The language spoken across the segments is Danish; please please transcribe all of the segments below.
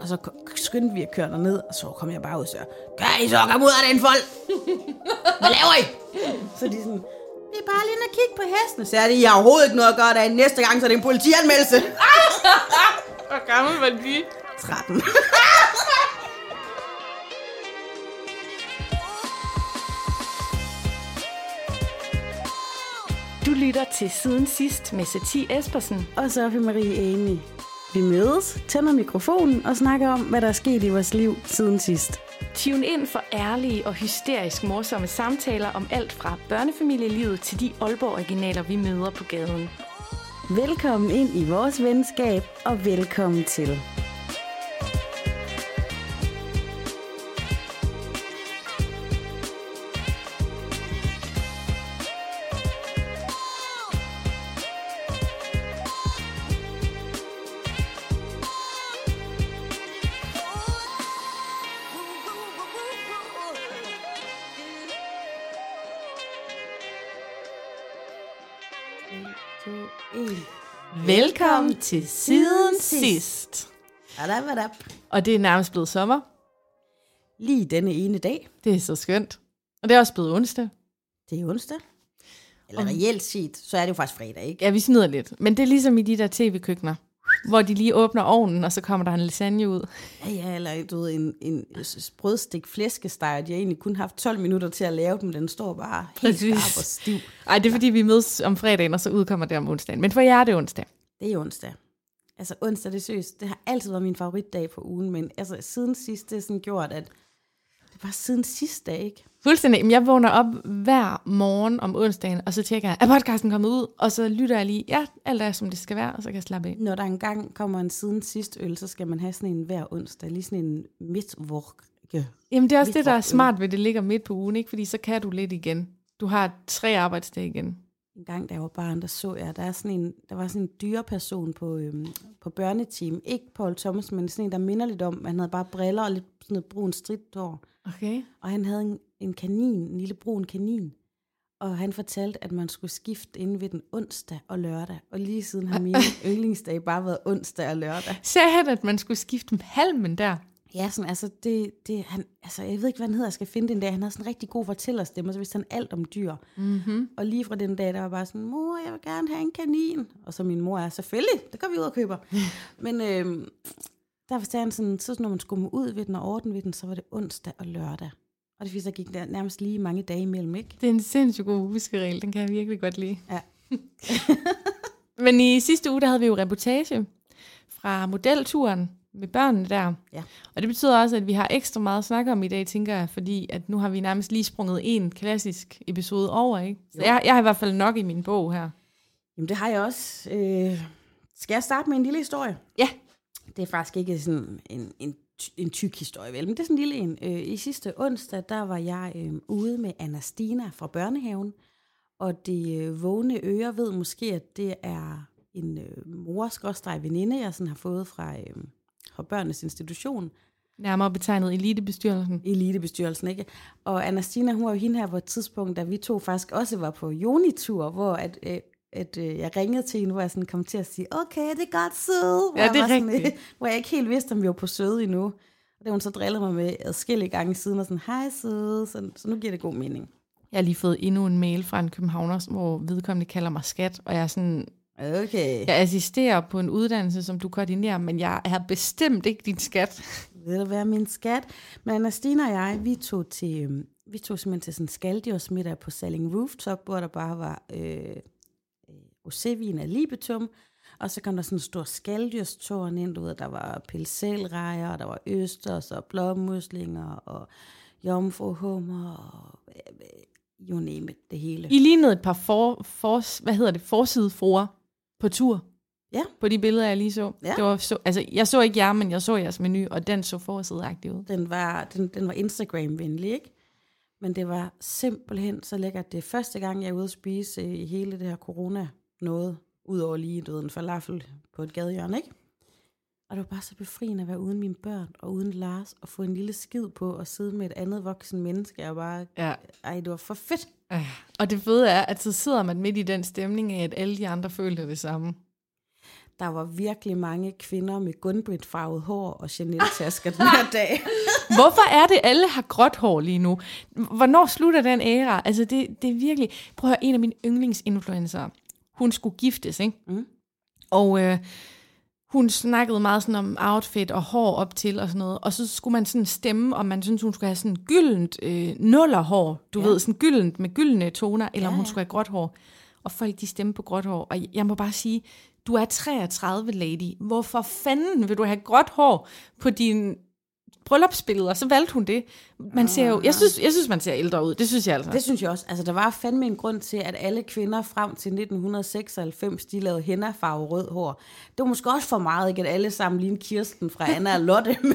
Og så skyndte vi at køre derned, og så kom jeg bare ud og sagde, kan I så komme ud af den fold? Hvad laver I? Så de sådan, vi er bare lige inde og kigge på hesten. Så er det, I har overhovedet ikke noget at gøre der. Næste gang, så er det en politianmeldelse. Hvor gammel var de? 13. Du lytter til Siden Sidst med Satie Espersen Og Sofie Marie Amy. Vi mødes, tænder mikrofonen og snakker om, hvad der er sket i vores liv siden sidst. Tune ind for ærlige og hysterisk morsomme samtaler om alt fra børnefamilielivet til de Aalborg-originaler, vi møder på gaden. Velkommen ind i vores venskab, og velkommen til. Velkommen til Siden Sidst. Adap. Og det er nærmest blevet sommer. Lige denne ene dag. Det er så skønt. Og det er også blevet onsdag. Det er onsdag. Eller reelt set, så er det jo faktisk fredag, ikke? Ja, vi snyder lidt. Men det er ligesom i de der tv-køkkener, hvor de lige åbner ovnen, og så kommer der en lasagne ud. Ja, eller du ved, en sprødstik flæskesteg, de har egentlig kun haft 12 minutter til at lave dem, den står bare helt skarp og stiv. Ej, det er fordi, vi mødes om fredagen, og så udkommer det om onsdagen. Men for jer er det onsdag. Det er onsdag. Altså onsdag, det er seriøst, det har altid været min favoritdag på ugen, men altså siden sidst, det er sådan gjort, at det var siden sidste dag, ikke? Fuldstændig. Jeg vågner op hver morgen om onsdagen, og så tjekker jeg, er podcasten kommet ud? Og så lytter jeg lige, ja, alt er som det skal være, og så kan jeg slappe af. Når der engang kommer en siden sidst øl, så skal man have sådan en hver onsdag, lige sådan en midtvårke. Jamen det er også det, der er smart ved, det ligger midt på ugen, ikke? Fordi så kan du lidt igen. Du har 3 arbejdsdage igen. En gang, da jeg var barn, der så jeg, der var sådan en dyreperson på børneteam. Ikke Paul Thomas, men sådan en, der minder lidt om, han havde bare briller og lidt sådan noget brun stridthår. Okay. Og han havde en kanin, en lille brun kanin. Og han fortalte, at man skulle skifte inden ved den onsdag og lørdag. Og lige siden har mine yndlingsdage bare været onsdag og lørdag. Sagde han, at man skulle skifte halmen der? Ja, sådan, altså, jeg ved ikke, hvad han hedder, jeg skal finde den dag. Han havde sådan en rigtig god fortællerstemme, og så vidste han alt om dyr. Mm-hmm. Og lige fra den dag, der var bare sådan, mor, jeg vil gerne have en kanin. Og så min mor er, selvfølgelig, det går vi ud og køber. Men der sagde han sådan, så når man skulle ud ved den og ordne ved den, så var det onsdag og lørdag. Og det så gik der nærmest lige mange dage imellem, ikke? Det er en sindssygt god huskeregel, den kan jeg virkelig godt lide. Ja. Men i sidste uge, der havde vi jo reportage fra modelturen med børnene der. Ja. Og det betyder også, at vi har ekstra meget at snakke om i dag, tænker jeg, fordi at nu har vi nærmest lige sprunget en klassisk episode over, ikke? Så jeg har i hvert fald nok i min bog her. Jamen det har jeg også. Skal jeg starte med en lille historie? Ja. Det er faktisk ikke sådan en tyk historie, vel? Men det er sådan en lille en. I sidste onsdag, der var jeg ude med Anastina fra børnehaven, og det vågne øre ved måske, at det er en mor-veninde, jeg sådan har fået fra børnenes institution. Nærmere betegnet elitebestyrelsen. Elitebestyrelsen, ikke? Og Anastina, hun var jo hende her på et tidspunkt, da vi to faktisk også var på jonitur, hvor at jeg ringede til hende, hvor jeg sådan kom til at sige, okay, det er godt søde. Ja, det er rigtigt. Hvor jeg ikke helt vidste, om vi var på søde endnu. Og det hun så drillet mig med adskillige gange siden, og sådan, hej søde, så nu giver det god mening. Jeg har lige fået endnu en mail fra en københavner, hvor vedkommende kalder mig skat, og jeg er sådan, okay. Jeg assisterer på en uddannelse, som du koordinerer, men jeg er bestemt ikke din skat. Vil det være min skat? Men Anastina og jeg, vi tog simpelthen til sådan en skalddyrsmiddag på Salling Rooftop, hvor der bare var rosévin af Libetum, og så kom der sådan en stor skalddyrstårn ind, ud, der var pilselrejer, og der var østers og blåmuslinger og jomfruhummer og you name it, det hele. I lignede et par forsidefruer på tur. Ja. På de billeder, jeg lige så. Ja. Det var altså, jeg så ikke jer, men jeg så jeres menu, og den så forsideagtig ud. Den var Instagram-venlig, ikke? Men det var simpelthen så lækkert. Det er første gang, jeg er ude at spise i hele det her corona noget, udover lige en falafel på et gadehjørne, ikke? Og det var bare så befriende at være uden mine børn og uden Lars, og få en lille skid på og sidde med et andet voksen menneske, og bare, ej, det var for fedt. Og det fede er, at så sidder man midt i den stemning af, at alle de andre følte det samme. der var virkelig mange kvinder med Gunbritt-farvet hår og Chanel-tasker den her dag. Hvorfor er det, alle har gråt hår lige nu? Hvornår slutter den æra? Altså, det er virkelig... Prøv at høre, en af mine yndlingsinfluencer, hun skulle giftes, ikke? Og hun snakkede meget sådan om outfit og hår op til og sådan noget. Og så skulle man sådan stemme, om man synes, hun skulle have sådan gyldent nullerhår. Du ved, sådan gyldent med gyldne toner, eller om hun skulle have gråt hår. Og folk, de stemte på gråt hår. Og jeg må bare sige, du er 33, lady. Hvorfor fanden vil du have gråt hår på din bryllupsbilleder? Så valgte hun det. Man ser jo, jeg synes, man ser ældre ud. Det synes jeg altså. Det synes jeg også. Altså, der var fandme en grund til, at alle kvinder frem til 1996, de lavede hennafarve rød hår. Det var måske også for meget, ikke, at alle sammen lignede Kirsten fra Anna og Lotte, men...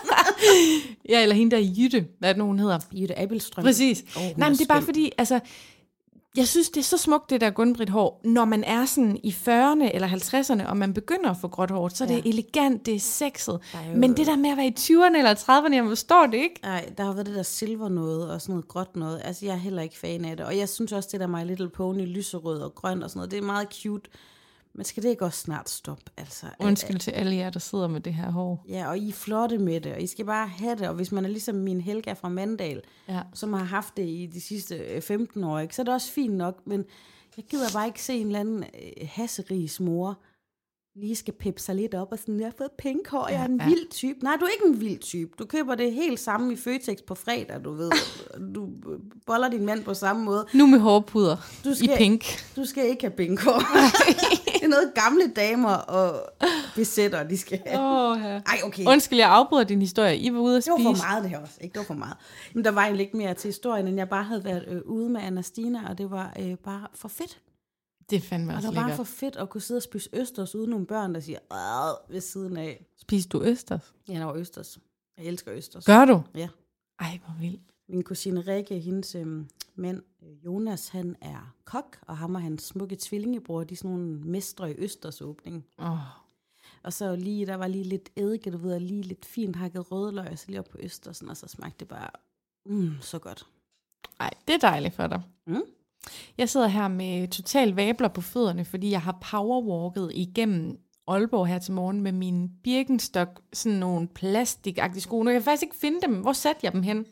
Ja, eller hende der Jytte. Hvad er det, hun hedder? Jytte Abelstrøm. Præcis. Nej, men det er bare fordi, altså... Jeg synes, det er så smukt, det der Gunbritt hår. Når man er sådan i 40'erne eller 50'erne, og man begynder at få gråt hår, så er det elegant, det er sexet. Men det der med at være i 20'erne eller 30'erne, jeg forstår det ikke. Nej, der har været det der silver noget, og sådan noget gråt noget. Altså, jeg er heller ikke fan af det. Og jeg synes også, det der My Little Pony, lyserød og grøn og sådan noget, det er meget cute. Men skal det ikke også snart stoppe? Altså, undskyld til alle jer, der sidder med det her hår. Ja, og I er flotte med det, og I skal bare have det. Og hvis man er ligesom min Helga fra Mandal, som har haft det i de sidste 15 år, ikke, så er det også fint nok. Men jeg gider bare ikke se en eller anden hasserigs mor lige skal peppe sig lidt op og sådan, jeg har fået pink hår, jeg er en vild type. Nej, du er ikke en vild type. Du køber det helt samme i Føtex på fredag, du ved. Du boller din mand på samme måde. Nu med hårpuder i pink. Du skal ikke have pink hår. Det er noget gamle damer og besætter, de skal have. Ej, okay. Undskyld, jeg afbryder din historie. I var ude at spise. Det var for meget det her også, ikke? Det var for meget. Men der var egentlig ikke mere til historien, end jeg bare havde været ude med Anastina, og det var bare for fedt. Det er fandme også lækkert. Og det var bare for fedt at kunne sidde og spise østers uden nogle børn, der siger, ved siden af. Spiser du østers? Ja, der var østers. Jeg elsker østers. Gør du? Ja. Ej, hvor vildt. Min kusine Rikke, hendes mand Jonas, han er kok, og ham og hans smukke tvillingebror, de er sådan nogle mestre i østersåbning. Og så lige, der var lige lidt eddike, du ved, lige lidt fint hakket rødløg, og så lige op på østersen, og så smagte det bare så godt. Ej, det er dejligt for dig. Jeg sidder her med total vabler på fødderne, fordi jeg har powerwalket igennem Aalborg her til morgen med min Birkenstock, sådan nogle plastikagtige sko. Nu kan jeg faktisk ikke finde dem. Hvor satte jeg dem hen?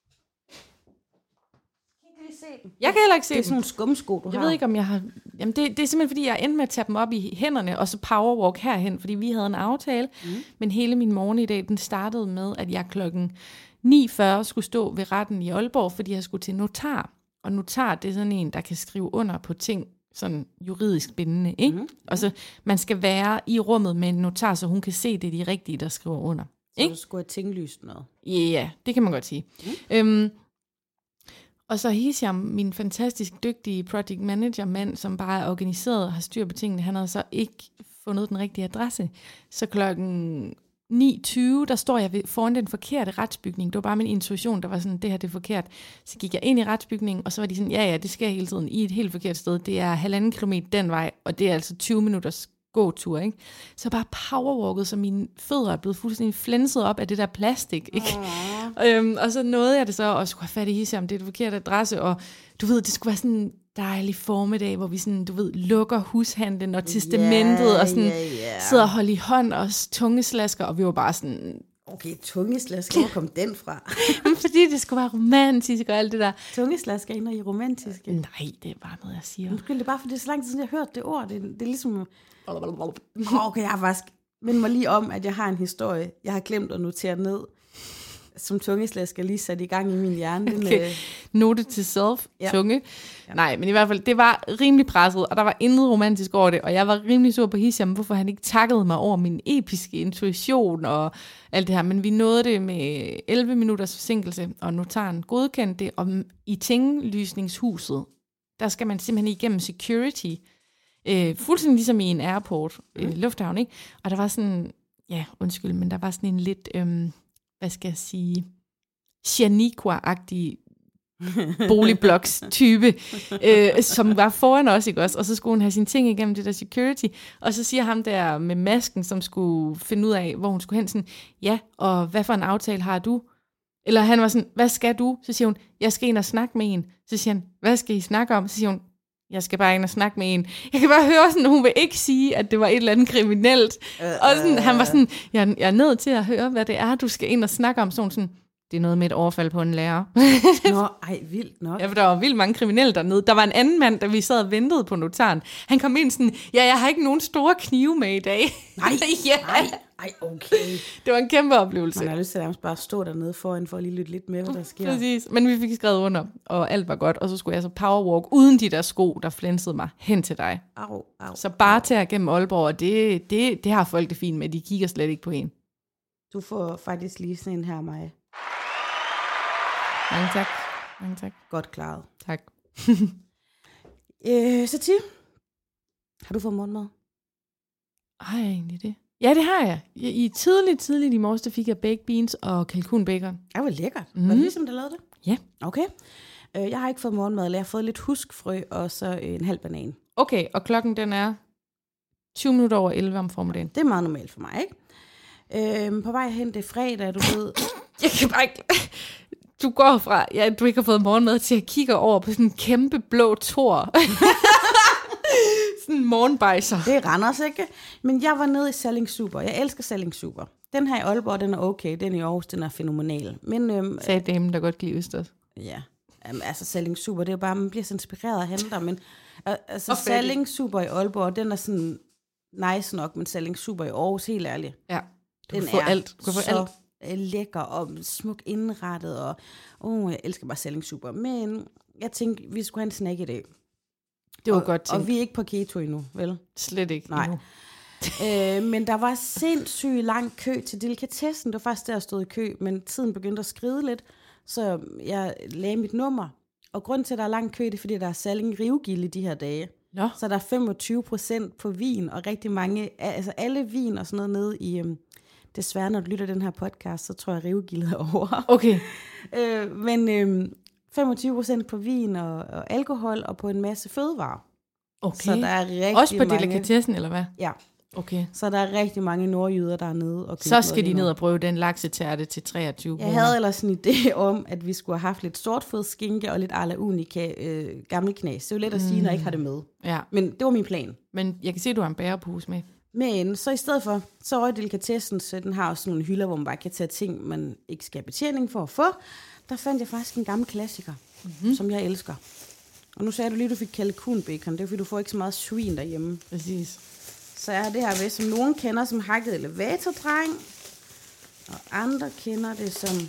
Jeg kan heller ikke se dem. Det er sådan nogle skumsko, du har. Jeg ved ikke, om jeg har... Jamen, det er simpelthen, fordi jeg endte med at tage dem op i hænderne, og så powerwalk herhen, fordi vi havde en aftale. Men hele min morgen i dag, den startede med, at jeg klokken 9:40 skulle stå ved retten i Aalborg, fordi jeg skulle til notar. Og notar, det er sådan en, der kan skrive under på ting, sådan juridisk bindende, ikke? Og så man skal være i rummet med en notar, så hun kan se, det er de rigtige, der skriver under. Så du skulle have tinglyst noget? Ja, det kan man godt sige. Og så Hisham, min fantastisk dygtige project manager mand, som bare er organiseret og har styr på tingene, han havde så ikke fundet den rigtige adresse. Så klokken 9:20, der står jeg foran den forkerte retsbygning. Det var bare min intuition, der var sådan, det her det er forkert. Så gik jeg ind i retsbygningen, og så var de sådan, ja, det sker hele tiden i et helt forkert sted. Det er 1,5 kilometer den vej, og det er altså 20 minutters gåtur, ikke? Så bare powerwalket, så mine fødder er blevet fuldstændig flænset op af det der plastik, ikke? Og så nåede jeg det så, og skulle have fat i Hisham, det er det forkerte adresse, og du ved, det skulle være sådan en dejlig formiddag, hvor vi sådan, du ved, lukker hushandlen og testamentet, og sådan sidder og holder i hånd og tungeslasker, og vi var bare sådan... Okay, tungeslasker, hvor kom den fra? Fordi det skulle være romantisk og alt det der. Tungeslasker inder i romantiske? Nej, det er bare noget, jeg siger. Undskyld, det er bare, for det er så lang tid siden, jeg har hørt det ord. Det er ligesom... Okay, jeg har faktisk... Mind mig lige om, at jeg har en historie, jeg har glemt at notere ned, som tungeslasker lige sat i gang i min hjerne. Okay. Note til self, tunge. Ja. Nej, men i hvert fald, det var rimelig presset, og der var intet romantisk over det, og jeg var rimelig sur på Hisham, hvorfor han ikke takkede mig over min episke intuition og alt det her. Men vi nåede det med 11 minutters forsinkelse, og notaren godkendte det, og i tinglysningshuset, der skal man simpelthen igennem security, fuldstændig ligesom i en airport, lufthavn, ikke? Og der var sådan, ja, undskyld, men der var sådan en lidt... hvad skal jeg sige, Shaniqua-agtig boligbloks-type, som var foran os, ikke også? Og så skulle hun have sine ting igennem det der security, og så siger ham der med masken, som skulle finde ud af, hvor hun skulle hen, sådan, ja, og hvad for en aftale har du? Eller han var sådan, hvad skal du? Så siger hun, jeg skal ind og snakke med en. Så siger han, hvad skal I snakke om? Så siger hun, Jeg skal bare ind og snakke med en. Jeg kan bare høre sådan, hun vil ikke sige, at det var et eller andet kriminelt. Og sådan, han var sådan, jeg er nødt til at høre, hvad det er, du skal ind og snakke om. Sådan, det er noget med et overfald på en lærer. Nå, ej, vildt nok. Ja, for der var vildt mange kriminelle dernede. Der var en anden mand, da vi sad og ventede på notaren. Han kom ind sådan, jeg har ikke nogen store knive med i dag. Nej, ej, okay. Det var en kæmpe oplevelse. Man har lyst til at bare stå dernede foran, for at lige lytte lidt med, hvad der sker. Præcis, men vi fik skrevet under, og alt var godt. Og så skulle jeg så powerwalk uden de der sko, der flænsede mig hen til dig. Au. Så bare til at gennem Aalborg, og det har folk det fint med. De kigger slet ikke på en. Du får faktisk lige sådan en her, Maja. Mange tak. Godt klaret. Tak. Satie, har du fået morgenmad? Har jeg egentlig det? Ja, det har jeg. I tidligt i morges, der fik jeg baked beans og kalkunbacon. Det var lækkert. Var det ligesom, der lavede det? Ja. Okay. Jeg har ikke fået morgenmad, jeg har fået lidt huskfrø og så en halv banan. Okay, og klokken den er 20 minutter over 11 om formiddagen. Det er meget normalt for mig, ikke? På vej hen, det er fredag, du ved. Jeg kan bare ikke... Du går fra, du ikke har fået morgenmad, til at kigge over på sådan en kæmpe blå tor. Sådan en morgenbejser. Det er Randers, ikke? Men jeg var nede i Salling Super. Jeg elsker Salling Super. Den her i Aalborg, den er okay. Den i Aarhus, den er fænomenal. Men, sagde damen, der godt kan lide østers. Ja, altså Salling Super, det er jo bare, man bliver så inspireret af hende der. Men altså Salling Super i Aalborg, den er sådan nice nok, men Salling Super i Aarhus, helt ærligt. Ja, du kan få alt. Du kan få alt. Lækker og smuk indrettet, og jeg elsker bare Salling Super. Men jeg tænkte, vi skulle have en snack i dag. Det var godt tænkt. Og vi er ikke på keto endnu, vel? Slet ikke endnu. Men der var sindssygt lang kø til delikatessen. Det var faktisk der, jeg stod i kø, men tiden begyndte at skride lidt, så jeg lagde mit nummer. Og grund til, at der er lang kø, det er, fordi der er Salling Rivegilde de her dage. Nå. Så der er 25% på vin, og rigtig mange, altså alle vin og sådan noget nede i... Desværre, når du lytter den her podcast, så tror jeg, at Rivegildet er over. Okay. Men 25% på vin og alkohol, og på en masse fødevarer. Okay. Så der er rigtig også på delikatessen, eller hvad? Ja. Okay. Så der er rigtig mange nordjyder, der er nede. Og så skal de ned og prøve den laksetærte til 23 kroner. Jeg havde ellers en idé om, at vi skulle have haft lidt sortfodsskinke og lidt a la unica gammelknas. Det er jo let at sige, når jeg ikke har det med. Ja. Men det var min plan. Men jeg kan se, at du har en bærepose med. Men så i stedet for, så over i delikatessen, så den har også nogle hylder, hvor man bare kan tage ting, man ikke skal have betjening for at få. Der fandt jeg faktisk en gammel klassiker, som jeg elsker. Og nu sagde du lige, du fik kalkunbacon. Det er fordi, du får ikke så meget svin derhjemme. Præcis. Så er det her ved, som nogen kender som hakket elevatordreng, og andre kender det som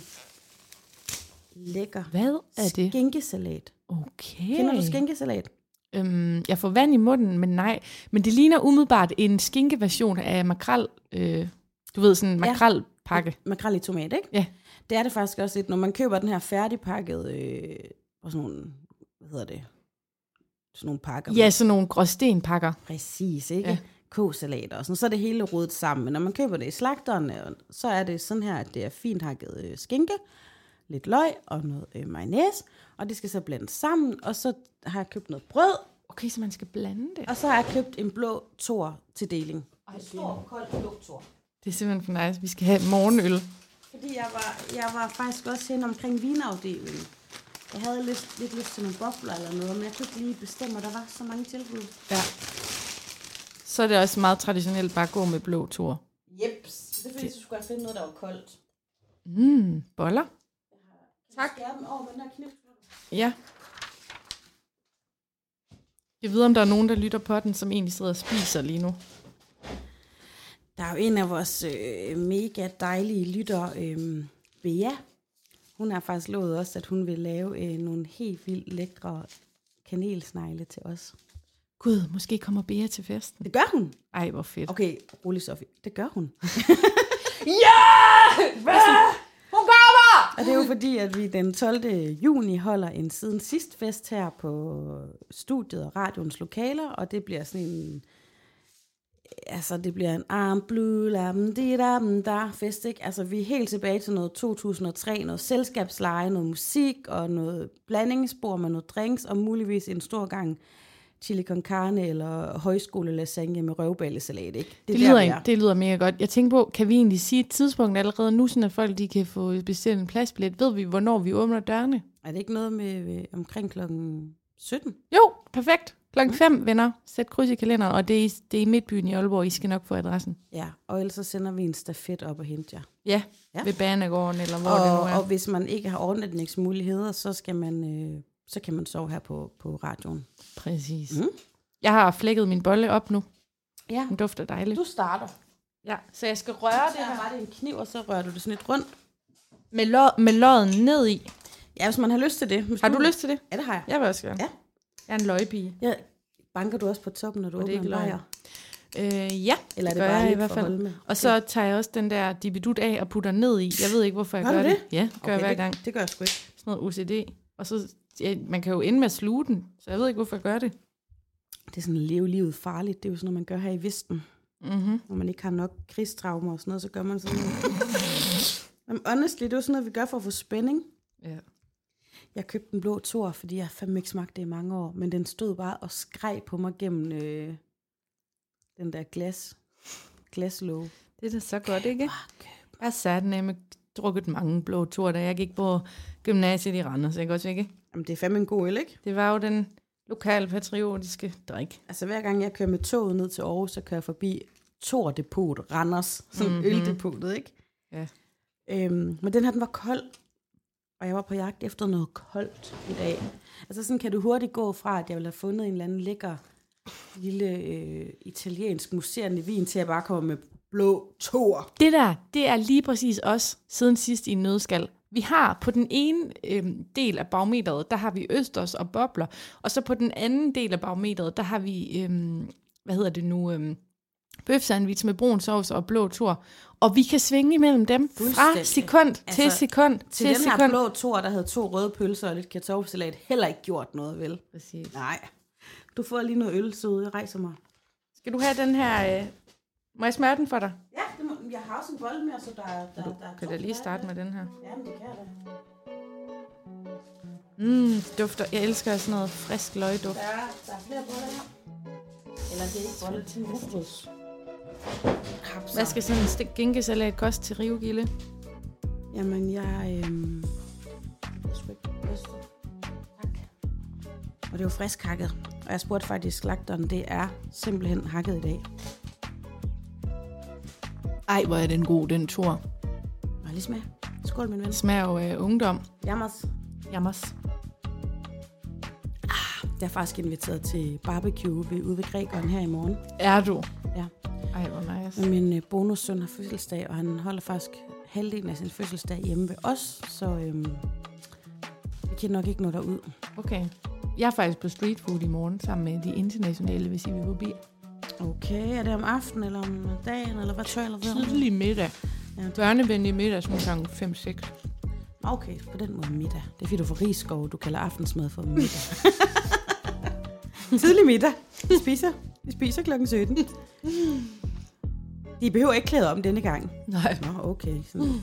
lækker. Hvad er det? Skinkesalat. Okay. Kender du skinkesalat? Jeg får vand i munden, men nej. Men det ligner umiddelbart en skinkeversion af makrel. Du ved, sådan en makrelpakke. Makrel i tomat, ikke? Ja. Det er det faktisk også lidt, når man køber den her færdigpakket, og sådan nogle, hvad hedder det? Sådan nogle pakker. Ja, sådan nogle gråstenpakker. Præcis, ikke? Ja. K-salater og sådan. Så er det hele rodet sammen. Men når man køber det i slagteren, så er det sådan her, at det er fint hakket skinke, lidt løg og noget mayonnaise, og det skal så blandes sammen, og så har jeg købt noget brød. Okay, så man skal blande det. Og så har jeg købt en blå tor til deling. En stor, kold blå tor. Det er simpelthen for nice. Vi skal have morgenøl. Fordi jeg var faktisk også hen omkring vinafdelingen. Jeg havde lidt lyst til nogle bobler eller noget, men jeg kunne ikke lige bestemme, at der var så mange tilbud. Ja. Så er det også meget traditionelt bare at gå med blå tor. Jeps. Det er fordi, du skulle have fundet noget, der var koldt. Boller. Tak. Jeg dem over med den her kniv. Ja. Jeg ved, om der er nogen, der lytter på den, som egentlig sidder og spiser lige nu. Der er jo en af vores mega dejlige lytter, Bea. Hun har faktisk lovet os, at hun vil lave nogle helt vildt lækre kanelsnegle til os. Gud, måske kommer Bea til festen. Det gør hun. Ej, hvor fedt. Okay, rolig Sofie. Det gør hun. Ja! Hvad? Hun kommer! Og det er jo fordi, at vi den 12. juni holder en siden sidst fest her på studiet og radioens lokaler, og det bliver sådan en... Altså, det bliver en arm blue, der fest, ikke? Altså, vi er helt tilbage til noget 2003, noget selskabsleje, noget musik og noget blandingsbord med noget drinks, og muligvis en stor gang chili con carne eller højskolelasagne med røvballesalat, ikke? Det lyder mega godt. Jeg tænker på, kan vi egentlig sige et tidspunkt allerede nu, sådan at folk de kan få bestilt en pladsbillet? Ved vi, hvornår vi åbner dørene? Er det ikke noget med omkring klokken 17? Jo, perfekt. Klokken 5, venner. Sæt kryds i kalenderen, og det er i Midtbyen i Aalborg. I skal nok få adressen. Ja, og ellers så sender vi en stafet op og henter jer. Ja, ved Banegården, eller hvor det nu er. Og hvis man ikke har overnatningsmuligheder, så kan man sove her på radioen. Præcis. Jeg har flækket min bolle op nu. Ja. Den dufter dejligt. Du starter. Ja, så jeg skal røre det her. Var det en kniv, og så rører du det sådan lidt rundt. Med lodden ned i. Ja, hvis man har lyst til det. Har du lyst til det? Ja, det har jeg. Jeg vil også gerne. Ja. Jeg er en løgpige. Ja. Banker du også på toppen, når du åbner en bajer? Ja, eller er det gør bare jeg lidt i hvert fald. med? Og så tager jeg også den der dibidut af og putter ned i. Jeg ved ikke, hvorfor jeg gør det. Ja, gør jeg hver gang. Det gør jeg sgu ikke. Sådan noget OCD. Og så, man kan jo ende med at sluge den, så jeg ved ikke, hvorfor jeg gør det. Det er sådan at leve livet farligt. Det er jo sådan noget, man gør her i Vesten. Mm-hmm. Når man ikke har nok krigstraumer og sådan noget, så gør man sådan noget. Men honestly, det er jo sådan noget, vi gør for at få spænding. Ja. Jeg købte en blå Thor, fordi jeg fandme ikke smagte det i mange år. Men den stod bare og skreg på mig gennem den der glaslåge. Det er da så godt, ikke? Jeg sagde den, jeg drukket mange blå Thor, da jeg gik på gymnasiet i Randers, ikke også, ikke? Jamen, det er fandme en god øl, ikke? Det var jo den lokale patriotiske drik. Altså, hver gang jeg kører med toget ned til Aarhus, så kører jeg forbi Thor Depot, Randers, sådan øldepotet, ikke? Ja. Men den her, den var kold, og jeg var på jagt efter noget koldt i dag. Altså, sådan kan du hurtigt gå fra, at jeg ville have fundet en eller anden lækker, lille italiensk muserende vin, til at jeg bare kommer med blå Thor. Det er lige præcis os, siden sidst i en nødskal. Vi har på den ene del af barometeret, der har vi østers og bobler, og så på den anden del af barometeret, der har vi, bøfsandwich med brun sovs og blå Thor. Og vi kan svinge imellem dem fra sekund til sekund til den her blå Thor, der havde 2 røde pølser og lidt kartoffelsalat, heller ikke gjort noget, vel? Præcis. Nej. Du får lige noget øl, så jeg rejser mig. Skal du have den her... Må jeg smøre den for dig? Ja, jeg har også en bolle mere, så der kan da lige starte med den her. Jamen, det kan jeg da. Dufter. Jeg elsker sådan noget frisk løgduft. Der er flere boller her. Eller det er ikke boller til rugbrøds. Hvad skal sådan en skinkesalat koste til Rivegilde? Jamen, jeg tak. Og det er jo frisk hakket. Og jeg spurgte faktisk slagteren, det er simpelthen hakket i dag. Ej, hvor er den god, den Thor. Må jeg lige smage? Skål, min ven. Smager jo af ungdom. Jammers. Jeg er faktisk inviteret til barbecue ude ved Grækeren her i morgen. Er du? Ja. Ej, hvor nice. Men min bonussøn har fødselsdag, og han holder faktisk halvdelen af sin fødselsdag hjemme ved os, så vi kan nok ikke nå derud. Okay. Jeg er faktisk på street food i morgen, sammen med de internationale, hvis I vil forbi. Okay, er det om aftenen eller om dagen, eller hvad tør eller hvad? Tidlig middag. Ja. Børnevenlig middag, sådan kl. 5-6. Okay, på den måde middag. Det er fordi, du får Rigskov, du kalder aftensmad for middag. Tidlig middag. Vi spiser klokken 17. De behøver ikke klæde om denne gang. Nej. Nå, okay.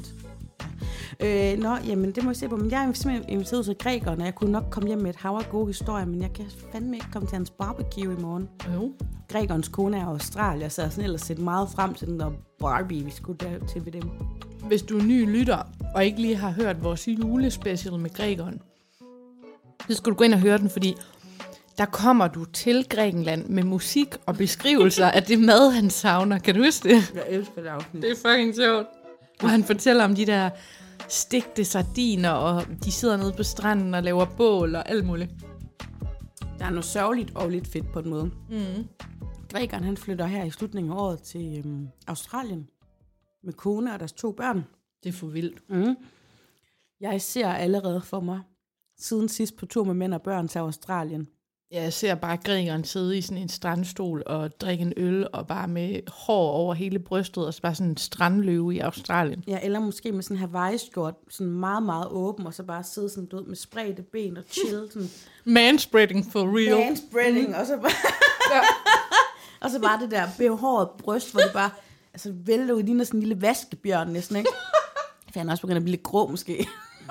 Jamen, det må jeg se på. Men jeg er simpelthen inviteret til Grækeren, og jeg kunne nok komme hjem med et hav af gode historier, men jeg kan fandme ikke komme til hans barbecue i morgen. Jo. Grækerens kone er Australier, så jeg sådan ellers set meget frem til den der Barbie, vi skulle der til ved dem. Hvis du er ny lytter, og ikke lige har hørt vores julespecial med Grækeren, så skal du gå ind og høre den, fordi der kommer du til Grækenland med musik og beskrivelser af det mad, han savner. Kan du huske det? Jeg elsker det afsnit. Det er fucking sjovt. Og han fortæller om de der stegte sardiner, og de sidder nede på stranden og laver bål og alt muligt. Der er noget sørgeligt og lidt fedt på en måde. Mm. Grækeren, han flytter her i slutningen af året til Australien med kone og deres 2 børn. Det er for vildt. Mm. Jeg ser allerede for mig, siden sidst på tur med mænd og børn til Australien. Ja, jeg ser bare Grækeren sidde i sådan en strandstol og drikke en øl, og bare med hår over hele brystet, og så bare sådan en strandløve i Australien. Ja, eller måske med sådan en Hawaii-skjort, sådan meget, meget åben, og så bare sidde sådan død med spredte ben og chill. Sådan. Manspreading for real. Manspreading, og så bare... ja. Og så bare det der behåret bryst, hvor det bare vælter ud, ligner sådan en lille vaskebjørn næsten, ikke? For han er også begyndt at blive lidt grå, måske.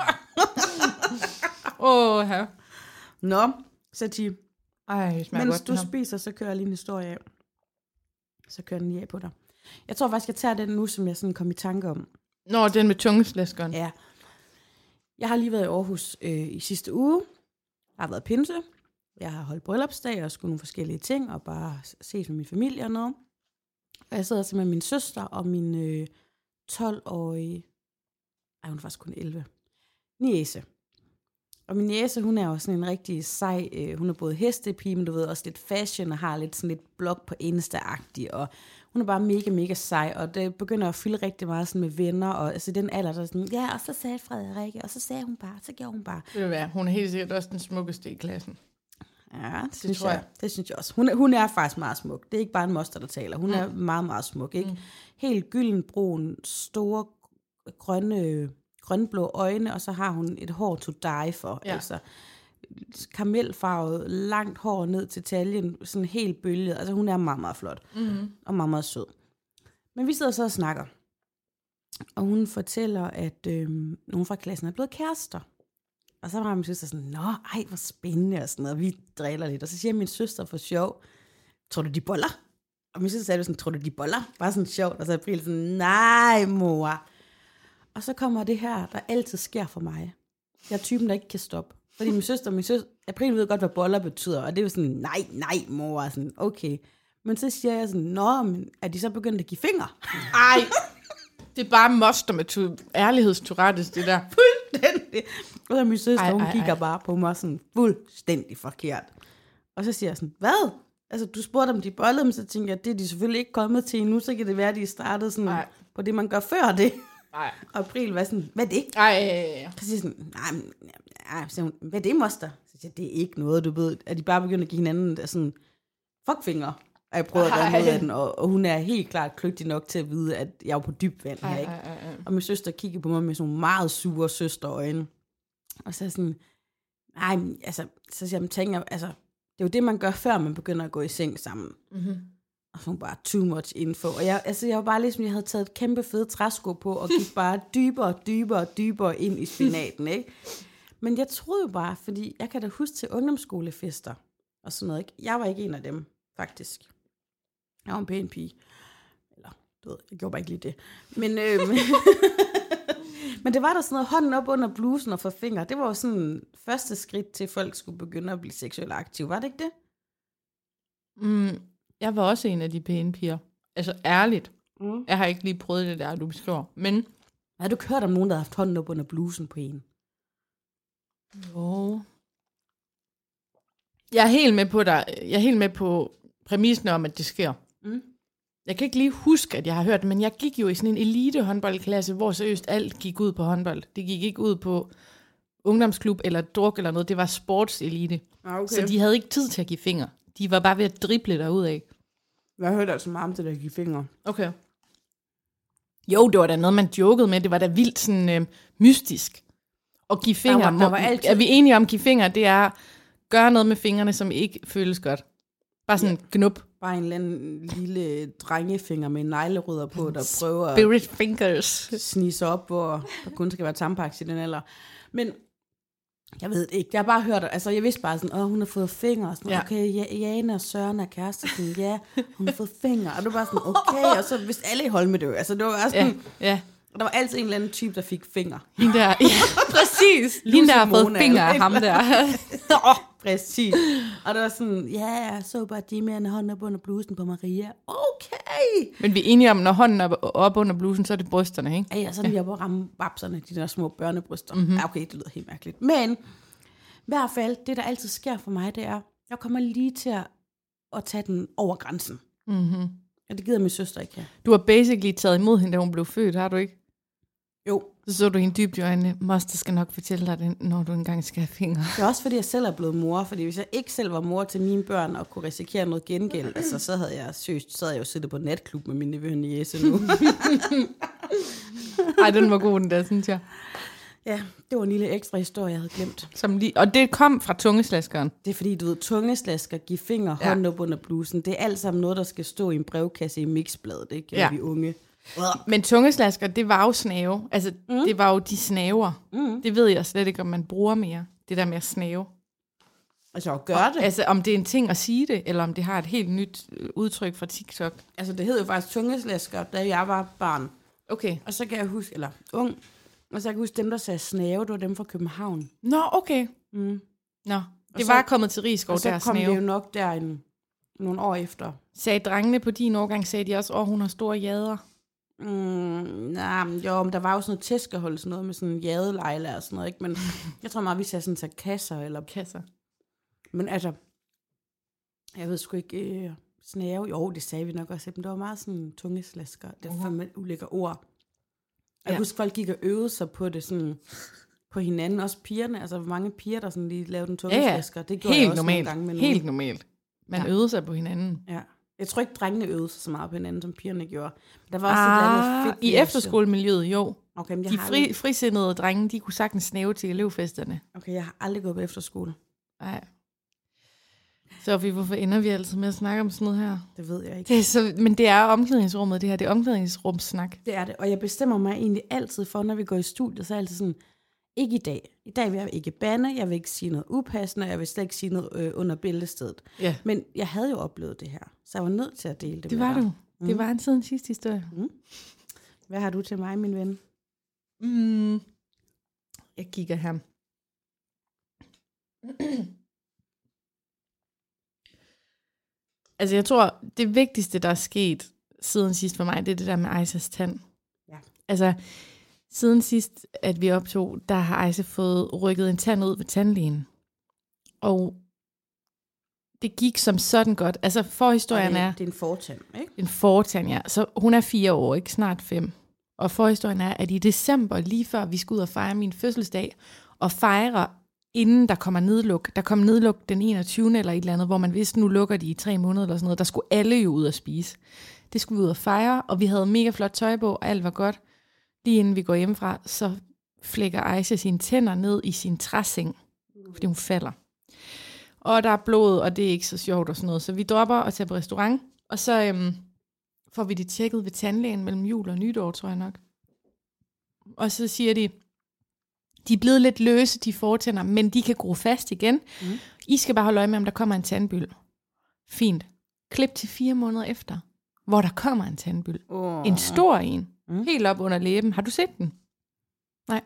Ja. Nå, så Tig. Ej, smager mens godt, du spiser, så kører jeg lige en historie af. Så kører den lige af på dig. Jeg tror faktisk, jeg tager den nu, som jeg sådan kom i tanke om. Nå, den med tungeslæskeren. Ja. Jeg har lige været i Aarhus i sidste uge. Jeg har været pinse. jeg har holdt bryllupsdag og skulle nogle forskellige ting, og bare ses med min familie og noget. Og jeg sidder med min søster og min 12-årige, hun er faktisk kun 11, niece. Og min niece, hun er jo sådan en rigtig sej, hun er både hestepige, men du ved også lidt fashion, og har lidt sådan lidt blog på Insta-agtig, og hun er bare mega, mega sej, og det begynder at fylde rigtig meget sådan med venner, og altså den alder, der er sådan, ja, og så sagde Frederikke, og så sagde hun bare, så gjorde hun bare. Det vil være, hun er helt sikkert også den smukkeste i klassen. Ja, det tror jeg. Det synes jeg også. Hun er faktisk meget smuk. Det er ikke bare en moster, der taler. Hun er meget, meget smuk, ikke? Helt gyldenbrun, store, grønblå øjne, og så har hun et hår to die for. Ja. Altså kamelfarvet, langt hår ned til taljen, sådan helt bølget. Altså hun er meget, meget flot. Og meget, meget sød. Men vi sidder så og snakker. Og hun fortæller, at nogen fra klassen er blevet kærester. Og så var min søster sådan, ej, hvor spændende, og sådan noget. Vi driller lidt. Og så siger min søster for sjov, tror du, de boller? Og min søster sagde sådan, tror du, de boller? Bare sådan sjovt. Og så April sådan, nej, mor. Og så kommer det her, der altid sker for mig. Jeg er typen, der ikke kan stoppe. Fordi min søster, April ved godt, hvad boller betyder. Og det er jo sådan, nej, mor. Sådan, okay. Men så siger jeg sådan, men er de så begyndt at give fingre? Ej, det er bare moster med ærlighedsturatis, det der. Fuldstændig. Og så min søster, hun kigger bare på mig sådan fuldstændig forkert. Og så siger jeg sådan, hvad? Altså, du spurgte om de bollede, men så tænker jeg, det er de selvfølgelig ikke kommet til endnu, så kan det være, at de startede sådan på det, man gør før det. Nej. Og April var sådan, hvad er det? Så siger jeg sådan, nej, så hun, hvad er det, moster? Så siger jeg, det er ikke noget, du ved, at de bare begynder at give hinanden sådan, fuckfingre. Og jeg prøver at gøre noget af den, og hun er helt klart kløgtig nok til at vide, at jeg er på dyb vand her, ikke? Og min søster kigger på mig med sådan nogle meget sure søsterøjne. Og så er sådan, så siger jeg, tænker, altså, det er jo det, man gør, før man begynder at gå i seng sammen. Mm-hmm. Og så bare too much info. Og jeg var bare ligesom, jeg havde taget et kæmpe fede træsko på, og gik bare dybere ind i spinaten, ikke? Men jeg troede jo bare, fordi jeg kan da huske til ungdomsskolefester, og sådan noget, ikke? Jeg var ikke en af dem, faktisk. Jeg var en pæn pige. Eller, du ved, jeg gjorde bare ikke lige det. Men, men det var der sådan noget hånden op under blusen og for fingre. Det var jo sådan første skridt til, at folk skulle begynde at blive seksuelt aktive. Var det ikke det? Jeg var også en af de pæne piger. Altså ærligt. Jeg har ikke lige prøvet det der, du beskriver. Men har du hørt om nogen, der har haft hånden op under blusen på en? Jo. Jeg er helt med på præmissen om, at det sker. Jeg kan ikke lige huske, at jeg har hørt det, men jeg gik jo i sådan en elite håndboldklasse, hvor seriøst alt gik ud på håndbold. Det gik ikke ud på ungdomsklub eller druk eller noget. Det var sportselite. Okay. Så de havde ikke tid til at give fingre. De var bare ved at drible derudad. Jeg hørte altså meget om det, der give fingre. Okay. Jo, det var da noget, man jokede med. Det var da vildt sådan mystisk. Og give fingre. Er vi enige om, at give fingre, det er gøre noget med fingrene, som ikke føles godt. Bare sådan knup. Bare en eller anden lille drengefinger med neglerydder på, der prøver Spirit fingers. Snige sig op, hvor der kun skal være tampaks i den alder. Men jeg ved det ikke. Jeg har bare hørt, altså jeg vidste bare sådan, hun har fået fingre. Sådan, okay, Jane og Søren er kærester. Sådan, ja, hun har fået fingre. Og det var bare sådan, okay. Og så vidste alle i Holme det. Altså det var bare sådan, og der var altid en eller anden type, der fik fingre. Hende der, præcis. Hende der har fået fingre af ham der. Præcis. Og det var sådan, jeg så bare de med en hånd op under blusen på Maria. Okay. Men vi er enige om, når hånden er op under blusen, så er det brysterne, ikke? Ja, sådan lige op og ramme babserne, de der små børnebryster. Mm-hmm. Ja, okay, det lyder helt mærkeligt. Men i hvert fald, det der altid sker for mig, det er, jeg kommer lige til at tage den over grænsen. Mm-hmm. Og det gider min søster ikke her. Du har basically taget imod hende, da hun blev født, har du ikke? Jo. Så du hende dybt i øjnene. Moster skal nok fortælle dig det, når du engang skal have fingre. Det er også fordi, jeg selv er blevet mor. Fordi hvis jeg ikke selv var mor til mine børn og kunne risikere noget gengæld, altså, så havde jeg jo siddet på natklub med min nevø og niece nu. Ej, den var god, den der, synes jeg. Ja, det var en lille ekstra historie, jeg havde glemt. Og det kom fra tungeslaskeren. Det er fordi, du ved, tungeslasker, give fingre, hånden op under blusen. Det er alt sammen noget, der skal stå i en brevkasse i mixbladet, ikke? Når vi er unge. Men tungeslasker, det var jo snave. Altså, det var jo de snaver. Det ved jeg slet ikke, om man bruger mere. Det der med at snave. Altså at gøre det? Altså, om det er en ting at sige det, eller om det har et helt nyt udtryk fra TikTok. Altså, det hed jo faktisk tungeslasker, da jeg var barn. Okay. Og så kan jeg huske, eller ung, og så kan jeg huske dem, der sagde snave, det var dem fra København. Nå, okay. Mm. Nå, Det var kommet til Risskov, og så deres kom snave. det jo nok der nogle år efter. Sagde drengene på din årgang, sagde de også, hun har store jader. Men der var jo sådan noget tæskehold, sådan noget med sådan jadelejle og sådan noget, ikke? Men jeg tror meget, vi sagde sådan kasser eller kasser. Men altså, jeg ved sgu ikke, snave, jo, det sagde vi nok også, men det var meget sådan tungeslasker, det var fandme ulækker ord. Jeg husker, folk gik og øvede sig på det sådan, på hinanden, også pigerne, altså mange piger, der sådan lige lavede en tungeslasker, det gjorde helt jeg også normalt. nogle gange med Helt normalt. Man øvede sig på hinanden. Ja. Jeg tror ikke, drengene øvede sig så meget på hinanden, som pigerne gjorde. Der var også et eller andet fedt. I efterskolemiljøet, jo. Okay, men de frisindede drenge, de kunne sagtens snæve til elevfesterne. Okay, jeg har aldrig gået på efterskole. Nej. Sofie, hvorfor ender vi altid med at snakke om sådan noget her? Det ved jeg ikke. Men det er omklædningsrummet, det her. Det er omklædningsrumssnak. Det er det, og jeg bestemmer mig egentlig altid for, når vi går i studiet, så er jeg altid sådan, ikke i dag. I dag vil jeg ikke bande, jeg vil ikke sige noget upassende, og jeg vil slet ikke sige noget under bæltestedet. Ja. Men jeg havde jo oplevet det her, så jeg var nødt til at dele det med dig. Det var du. Det var en siden sidste historie. Hvad har du til mig, min ven? Jeg kigger her. Altså, jeg tror, det vigtigste, der er sket siden sidst for mig, det er det der med Aisas tand. Ja. Altså, siden sidst, at vi optog, der har Aisa fået rykket en tand ud ved tandlægen. Og det gik som sådan godt. Altså, forhistorien er... Det er en fortand, ikke? En fortand, ja. Så hun er 4 år, ikke? Snart 5. Og forhistorien er, at i december, lige før vi skulle ud og fejre min fødselsdag, og fejre, inden der kommer nedluk. Der kom nedluk den 21. eller et eller andet, hvor man vidste, nu lukker de i 3 måneder eller sådan noget. Der skulle alle jo ud og spise. Det skulle vi ud og fejre, og vi havde mega flot tøj på, og alt var godt. Lige inden vi går hjemmefra, så flækker Aisha sine tænder ned i sin træseng, fordi hun falder. Og der er blod, og det er ikke så sjovt og sådan noget. Så vi dropper og tager på restaurant, og så får vi det tjekket ved tandlægen mellem jul og nytår, tror jeg nok. Og så siger de er blevet lidt løse, de fortænder, men de kan gro fast igen. I skal bare holde øje med, om der kommer en tandbyld. Fint. Klip til 4 måneder efter, hvor der kommer en tandbyld. En stor en. Helt op under læben. Har du set den? Nej.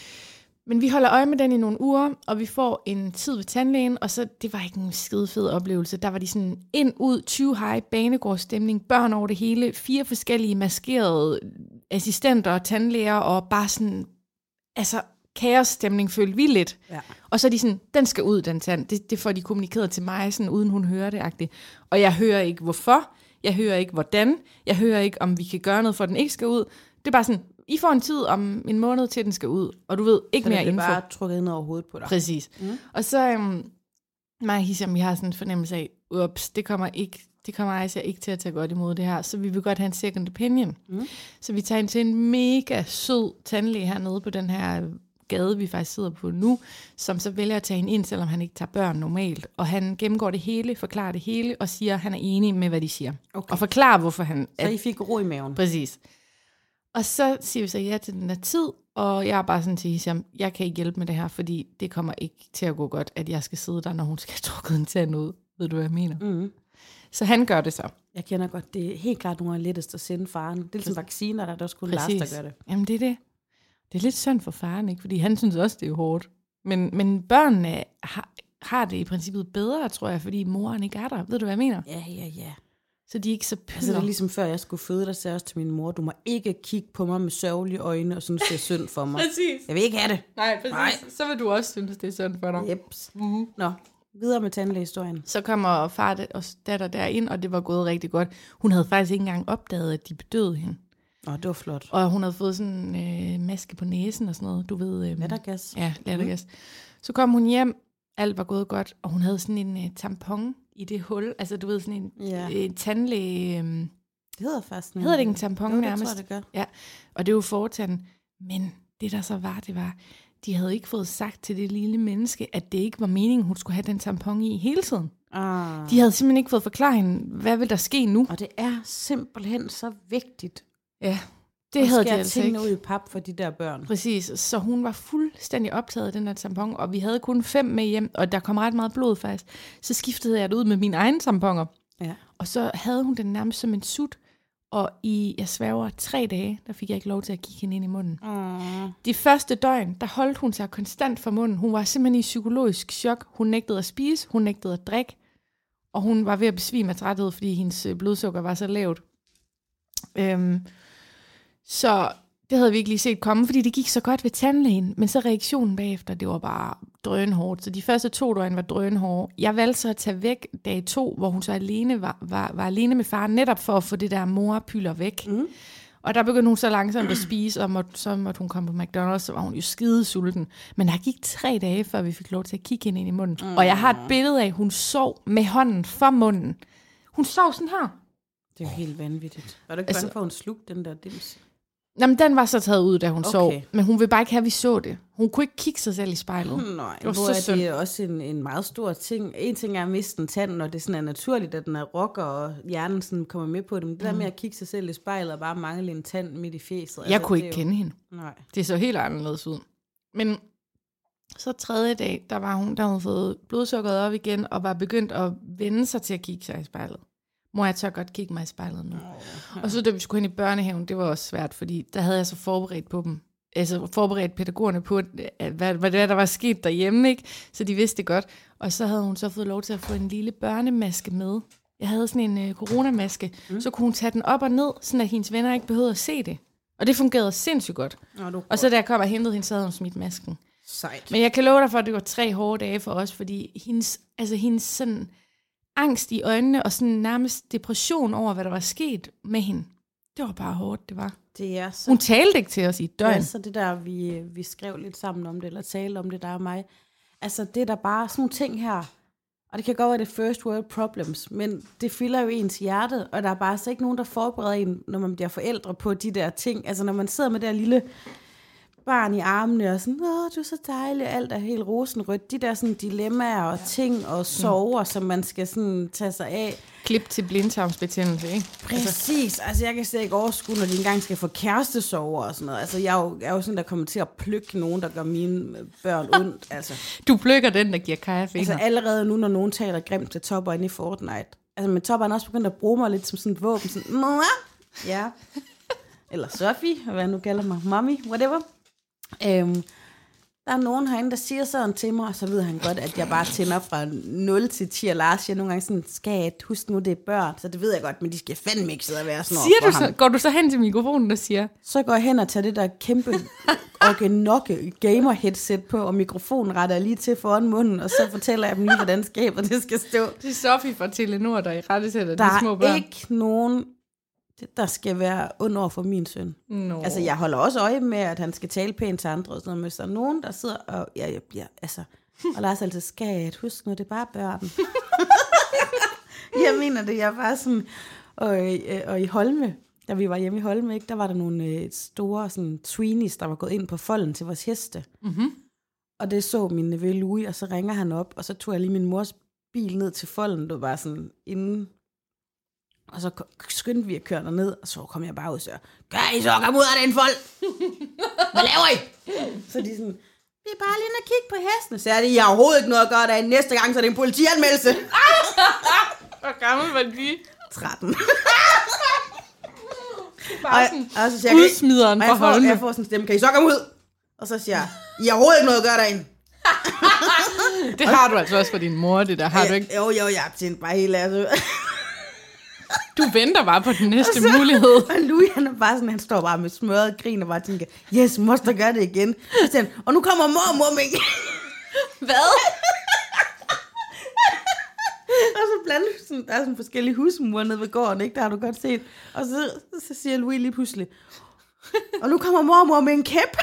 Men vi holder øje med den i nogle uger, og vi får en tid ved tandlægen, og så, det var ikke en skide fed oplevelse. Der var de sådan ind, ud, 20 high, banegårdsstemning, børn over det hele, 4 forskellige maskerede assistenter og tandlæger, og bare sådan, altså kaosstemning følte vi lidt. Ja. Og så er de sådan, den skal ud, den tand. Det får de kommunikeret til mig, sådan, uden hun hører det-agtigt. Og jeg hører ikke hvorfor, jeg hører ikke hvordan, jeg hører ikke, om vi kan gøre noget, for den ikke skal ud. Det er bare sådan, I får en tid om en måned til, den skal ud, og du ved ikke mere info. Så det er bare trukket ind over hovedet på dig. Præcis. Og så, mig og Hisham, vi har sådan en fornemmelse af, det kommer Aisha ikke til at tage godt imod det her, så vi vil godt have en second opinion. Så vi tager ind til en mega sød tandlæge hernede på den her gade, vi faktisk sidder på nu, som så vælger at tage hende ind, selvom han ikke tager børn normalt. Og han gennemgår det hele, forklarer det hele, og siger, at han er enig med, hvad de siger. Okay. Og forklarer, hvorfor han... Så I fik ro i maven. Præcis. Og så siger vi så ja til den her tid, og jeg er bare sådan til Hisham, jeg kan ikke hjælpe med det her, fordi det kommer ikke til at gå godt, at jeg skal sidde der, når hun skal have trukket en tand ud. Ved du, hvad jeg mener? Så han gør det så. Jeg kender godt, det er helt klart nogle af lettest at sende faren. Det er ligesom vacciner, der skulle Lars, der gør det. Jamen det er det. Det er lidt synd for faren, ikke? Fordi han synes også, det er hårdt. Men børnene har det i princippet bedre, tror jeg, fordi moren ikke er der. Ved du, hvad jeg mener? Ja. Så de er ikke så pøder. Altså, det er ligesom før jeg skulle føde, der sagde også til min mor, du må ikke kigge på mig med sørgelige øjne, og synes, det er synd for mig. Præcis. Jeg vil ikke have det. Nej, præcis. Nej. Så vil du også synes, det er synd for dig. Jeps. Nå, videre med tandlægehistorien. Så kommer far og datter derind, og det var gået rigtig godt. Hun havde faktisk ikke engang opdaget, at de bedøvede hende. Det var flot. Og hun havde fået sådan en maske på næsen og sådan noget, du ved. Lattergas. Ja, lattergas. Så kom hun hjem, alt var gået godt, og hun havde sådan en tampon i det hul. Altså, du ved, sådan en tandlæge... det hedder faktisk... Hedder det ikke en tampon nærmest? Det tror jeg, det gør. Ja, og det var fortanden. Men det der så var, de havde ikke fået sagt til det lille menneske, at det ikke var meningen, hun skulle have den tampon i hele tiden. De havde simpelthen ikke fået forklaret hende, hvad vil der ske nu? Og det er simpelthen så vigtigt. Ja, det havde de altså ikke. Ud i pap for de der børn. Præcis, så hun var fuldstændig optaget af den der tampon, og vi havde kun 5 med hjem, og der kom ret meget blod faktisk. Så skiftede jeg det ud med mine egne tamponer. Ja. Og så havde hun den nærmest som en sut, Og jeg sværger 3 dage, der fik jeg ikke lov til at kigge hende ind i munden. De første døgn, der holdt hun sig konstant for munden. Hun var simpelthen i psykologisk chok. Hun nægtede at spise, hun nægtede at drikke, og hun var ved at besvime af træthed, fordi hendes blodsukker var så lavt. Så det havde vi ikke lige set komme, fordi det gik så godt ved tandlægen. Men så reaktionen bagefter, det var bare drønhårdt. Så de første 2 døgn var drønhårde. Jeg valgte så at tage væk dag 2, hvor hun så alene var alene med far, netop for at få det der morpyller væk. Og der begyndte hun så langsomt at spise, og så måtte hun komme på McDonald's, så var hun jo skide sulten. Men der gik 3 dage, før vi fik lov til at kigge hende ind i munden. Og jeg har et billede af, at hun sov med hånden for munden. Hun sov sådan her. Det er jo helt vanvittigt. Var du ikke bange for, at hun slugte den der dims? Jamen, den var så taget ud, da hun sov. Men hun ville bare ikke have, at vi så det. Hun kunne ikke kigge sig selv i spejlet. Nej, det er også en meget stor ting. En ting er at miste en tand, når det sådan er naturligt, at den er rocker, og hjernen sådan kommer med på det. Men det der med at kigge sig selv i spejlet og bare mangle en tand midt i fjeset. Jeg kunne ikke kende hende. Nej. Det så helt anderledes ud. Men så 3. dag, der havde hun fået blodsukkeret op igen, og var begyndt at vende sig til at kigge sig i spejlet. Mor, jeg tør godt kigge mig i spejlet nu. Og så da vi skulle hen i børnehaven, det var også svært, fordi der havde jeg så forberedt på dem. Altså forberedt pædagogerne på, hvad der var sket derhjemme, ikke? Så de vidste det godt. Og så havde hun så fået lov til at få en lille børnemaske med. Jeg havde sådan en coronamaske. Så kunne hun tage den op og ned, sådan at hendes venner ikke behøvede at se det. Og det fungerede sindssygt godt. Og så da jeg kom og hentede hende, så havde hun smidt masken. Sejt. Men jeg kan love dig for, at det var 3 hårde dage for os, fordi hendes sådan angst i øjnene og sådan nærmest depression over, hvad der var sket med hende. Det var bare hårdt, det var. Det er så, hun talte ikke til os i et døgn. Det er så det der, vi skrev lidt sammen om det, eller talte om det, der og mig. Altså, det er der bare sådan nogle ting her, og det kan godt være det first world problems, men det fylder jo ens hjerte, og der er bare så ikke nogen, der forbereder en, når man bliver forældre på de der ting. Altså, når man sidder med det der lille barn i armene, og sådan, du er så dejlig, alt er helt rosenrødt. De der sådan dilemmaer og ting og sorger, som man skal sådan tage sig af. Klip til blindtarmsbetændelse, ikke? Præcis. Altså, jeg kan slet ikke overskue, når de engang skal få kærestesorger og sådan noget. Altså, jeg er jo sådan, der kommer til at plukke nogen, der gør mine børn ondt. Altså. Du plukker den, der giver kajafinger. Altså, allerede nu, når nogen taler grimt til Topper inde i Fortnite. Altså, men Topper er også begyndt at bruge mig lidt som sådan et våben. Sådan, ja. Eller Sofie, hvad jeg nu kalder mig. Mommy, whatever. Der er nogen herinde, der siger sådan til mig, og så ved han godt, at jeg bare tænder fra 0 til 10, og Lars siger nogle gange sådan, skat, husk nu, det er børn, så det ved jeg godt, men de skal fandme ikke sidde og være sådan siger du så, går du så hen til mikrofonen og siger? Så går jeg hen og tager det der kæmpe Organokke gamer headset på, og mikrofonen retter lige til foran munden, og så fortæller jeg dem lige, hvordan skabet det skal stå. Det er Sofie fra Telenor, der i rettesætter de små børn. Der er ikke nogen, der skal være ondt over for min søn. No. Altså, jeg holder også øje med, at han skal tale pænt til andre, og sådan noget, men så er nogen, der sidder og, og Lars altid, skat, husk nu, det er bare børn. Jeg mener det, jeg er bare sådan, og i Holme, da vi var hjemme i Holme, ikke, der var der nogle store sådan, tweenies, der var gået ind på folden til vores heste. Mm-hmm. Og det så min nevø Louis, og så ringer han op, og så tog jeg lige min mors bil ned til folden, det var bare sådan inden. Og så skyndte vi at køre derned, og så kom jeg bare ud og sagde, gør I så, kom ud af den fold! Hvad laver I? Så de sådan, vi er bare lige inde og kigge på hestene. Så er det, jeg har overhovedet ikke noget at gøre der. Næste gang, så er det en politianmeldelse. Hvor gammel var de? 13. Bare sådan udsmideren for Holme. Jeg får sådan en stemme, kan I så komme ud? Og så siger jeg, I har overhovedet ikke noget at gøre derinde. Det har du altså også for din mor, det der, har du ikke? Jo, jeg har tænkt bare helt altså. Du venter bare på den næste mulighed. Og Louis, han er bare sådan, han står bare med smørret grin og bare tænker, yes, moster gør det igen. Så siger han, og nu kommer mor med. Hvad? Og så blandt sådan, der er sådan forskellige husmure nede ved gården, ikke? Der har du godt set. Og så siger Louis lige pludselig, og nu kommer mor med en kæp.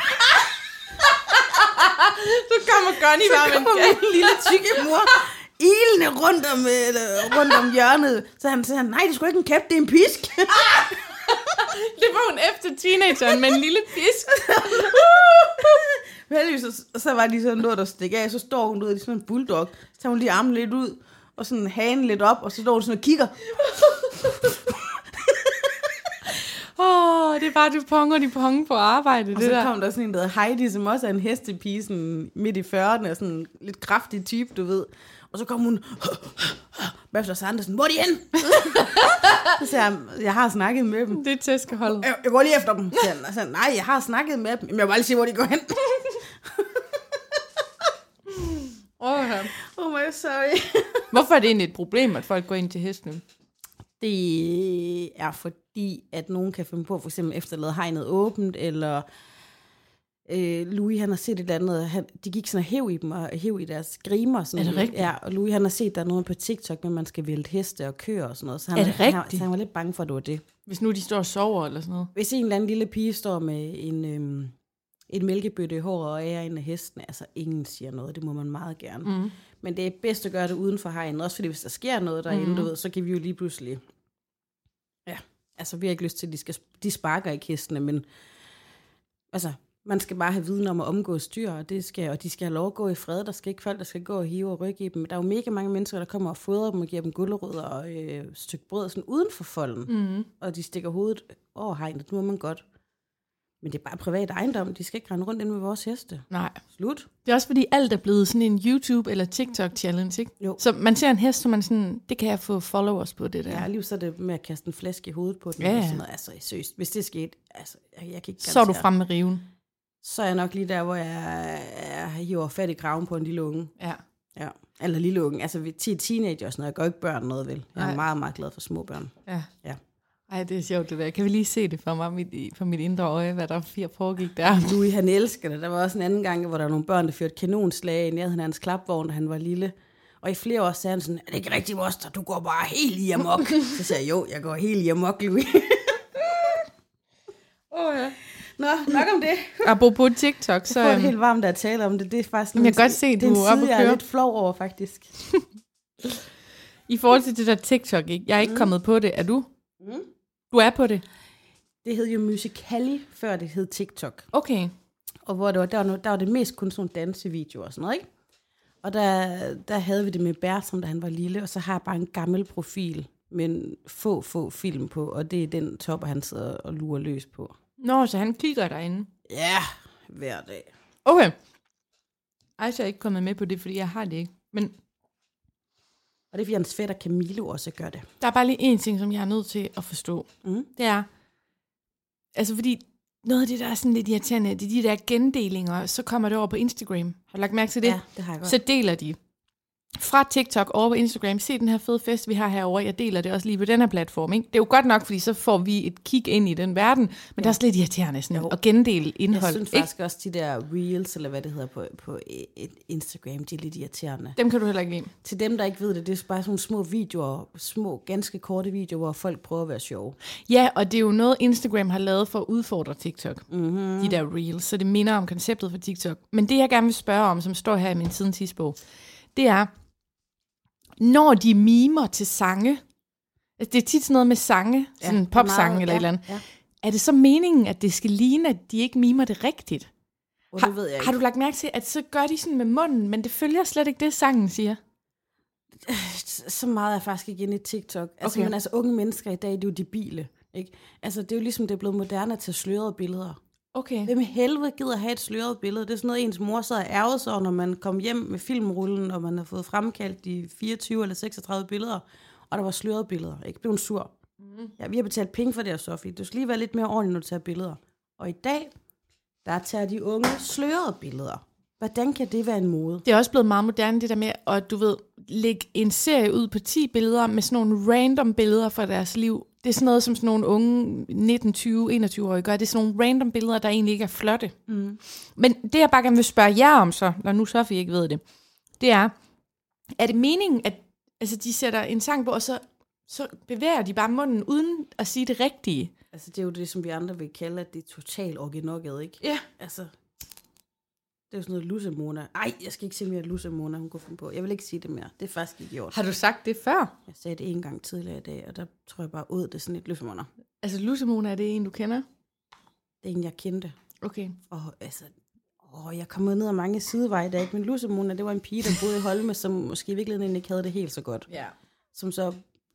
Så kommer Gunny bare med en kæp. En lille tykke mor. Ilende rundt om hjørnet. Så han siger, nej, det er sgu ikke en kæp, det er en pisk. Det var hun efter teenageren med en lille pisk. Heldigvis, så var de sådan noget, der stikker af. Så står hun ud i sådan en bulldog. Så tager hun lige armen lidt ud, og sådan hagen lidt op, og så står hun sådan og kigger. det er bare Dupont på arbejde. Og det så der. kom der sådan en, der hedder Heidi, som også er en hestepige, sådan midt i 40'erne, og sådan lidt kraftig type, du ved. Og så kom hun, bagefter så andre sådan, hvor er de hen? Så siger jeg har snakket med dem. Det er tæskeholdet. Jeg går lige efter dem. Og så, nej, jeg har snakket med dem. Men jeg vil bare lige sige, hvor de går hen. Oh my, sorry. Hvorfor er det egentlig et problem, at folk går ind til hestene? Det er fordi, at nogen kan finde på, for eksempel efterlade hegnet åbent, eller Louis, han har set et eller andet, de gik sådan og hæv i dem, og hæv i deres grimer. Sådan, er det rigtigt? Ja, og Louis, han har set, der er noget på TikTok, men man skal vælte heste og køer og sådan noget. Så han, er det rigtigt? Så han var lidt bange for, at det var det. Hvis nu de står og sover eller sådan noget? Hvis en eller anden lille pige står med en mælkebøtte i håret og er en af hestene, altså ingen siger noget, det må man meget gerne. Mm. Men det er bedst at gøre det uden for hegnet, også fordi hvis der sker noget derinde, du ved, så kan vi jo lige pludselig... Ja, altså vi har ikke lyst til, at de sparker ikke hestene, men altså, man skal bare have viden om at omgås dyr, og de skal have lov at gå i fred, der skal ikke folk, der skal gå og hive og rykke i dem. Der er jo mega mange mennesker, der kommer og fodrer dem og giver dem gulerødder og et stykke brød sådan uden for folden, og de stikker hovedet over hegnet, det må man godt. Men det er bare privat ejendom. De skal ikke rende rundt ind med vores heste. Nej. Slut. Det er også fordi alt er blevet sådan en YouTube- eller TikTok-challenge, ikke? Jo. Så man ser en hest, så man sådan, det kan jeg få followers på det der. Ja, lige så er det med at kaste en flæsk i hovedet på den. Ja. Og sådan noget. Altså, seriøst. Hvis det skete, altså, jeg kan ikke så er du fremme med riven. Så er jeg nok lige der, hvor jeg hiver fat i kraven på en lille unge. Ja. Ja. Eller lille unge. Altså, vi er teenager og sådan noget. Jeg gør ikke børn noget, vel? Jeg er Nej. meget, meget glad for små børn. Ja. Ja. Ej, det er sjovt det der. Kan vi lige se det for mig, for mit indre øje, hvad der foregik der? Louis, han elsker det. Der var også en anden gang, hvor der var nogle børn, der førte kanonslag i nærheden af hans klapvogn, da han var lille. Og i flere år sagde han sådan, er det ikke rigtigt, Moster? Du går bare helt i amok. Så sagde jeg, jo, jeg går helt i amok, Louis. Ja. Nå, nok om det. Apropos TikTok, så... Jeg får det helt varmt at tale om det. Det er faktisk jeg kan godt se, det er du er oppe side, at jeg er køre. lidt flov over, faktisk. I forhold til det der TikTok, ikke? Jeg er ikke kommet på det. Er du? Du er på det? Det hed jo Musical.ly, før det hed TikTok. Okay. Og hvor der var det mest kun sådan dansevideoer og sådan noget, ikke? Og der havde vi det med Bertram, da han var lille, og så har jeg bare en gammel profil med få film på, og det er den topper, han sidder og lurer løs på. Nå, så han kigger derinde? Ja, hver dag. Okay. Ej, så er jeg ikke kommet med på det, fordi jeg har det ikke. Men Og det er fordi hans fætter Camilo også gør det. der er bare lige en ting, som jeg er nødt til at forstå. Det er, altså fordi noget af det, der er sådan lidt irriterende, det er de der gendelinger, så kommer det over på Instagram. Har du lagt mærke til det? Ja, det har jeg godt. Så deler de fra TikTok over på Instagram. Se den her fede fest, vi har herovre. Jeg deler det også lige på den her platform. Ikke? Det er jo godt nok, fordi så får vi et kig ind i den verden, men der er også lidt irriterende sådan, at gendele indhold. Jeg synes faktisk også, de der reels, eller hvad det hedder på Instagram, de er lidt irriterende. Dem kan du heller ikke lide. Til dem, der ikke ved det, det er bare sådan nogle små videoer, små, ganske korte videoer, hvor folk prøver at være sjove. Ja, og det er jo noget, Instagram har lavet for at udfordre TikTok. De der reels, så det minder om konceptet for TikTok. Men det, jeg gerne vil spørge om, som står her i min siden tidsbog, det er, når de mimer til sange, altså det er tit sådan noget med sange, sådan popsange eller et eller andet, er det så meningen, at det skal ligne, at de ikke mimer det rigtigt? Det ved jeg ikke. Har du lagt mærke til, at så gør de sådan med munden, men det følger slet ikke det, sangen siger? Så meget er jeg faktisk ikke inde i TikTok. Altså, men altså unge mennesker i dag, det er jo debile. Ikke? Altså, det er jo ligesom, det er blevet moderne at tage slørede billeder. Okay. Hvem i helvede gider have et sløret billede? Det er sådan noget, ens mor så er ærget sig, når man kom hjem med filmrullen, og man har fået fremkaldt de 24 eller 36 billeder, og der var slørede billeder. Ikke? Blev hun sur. Ja, vi har betalt penge for det her, Sofie. Du skal lige være lidt mere ordentlig, når du tager billeder. Og i dag, der tager de unge slørede billeder. Hvordan kan det være en mode? Det er også blevet meget moderne, det der med at, du ved, lægge en serie ud på 10 billeder med sådan nogle random billeder fra deres liv. Det er sådan noget, som sådan nogle unge 19, 20, 21-årige gør. Det er sådan nogle random billeder, der egentlig ikke er flotte. Men det, jeg bare gerne vil spørge jer om så, når nu Sofie ikke ved det, det er det meningen, at altså, de sætter en sang på, og så bevæger de bare munden uden at sige det rigtige? Altså, det er jo det, som vi andre vil kalde, at det er totalt originokket, ikke? Ja. Altså, det er jo sådan noget lussemona. Ej, jeg skal ikke sige mere lussemona, hun kunne finde på. Jeg vil ikke sige det mere. Det er faktisk ikke gjort. Har du sagt det før? Jeg sagde det en gang tidligere i dag, og der tror jeg bare ud, det er sådan et lussemona. Altså, lussemona, er det en, du kender? Det er en, jeg kendte. Okay. Og altså, jeg kom ned ad mange sideveje i dag, men lussemona, det var en pige, der boede i Holme, som måske i virkeligheden ikke havde det helt så godt. Ja. Som så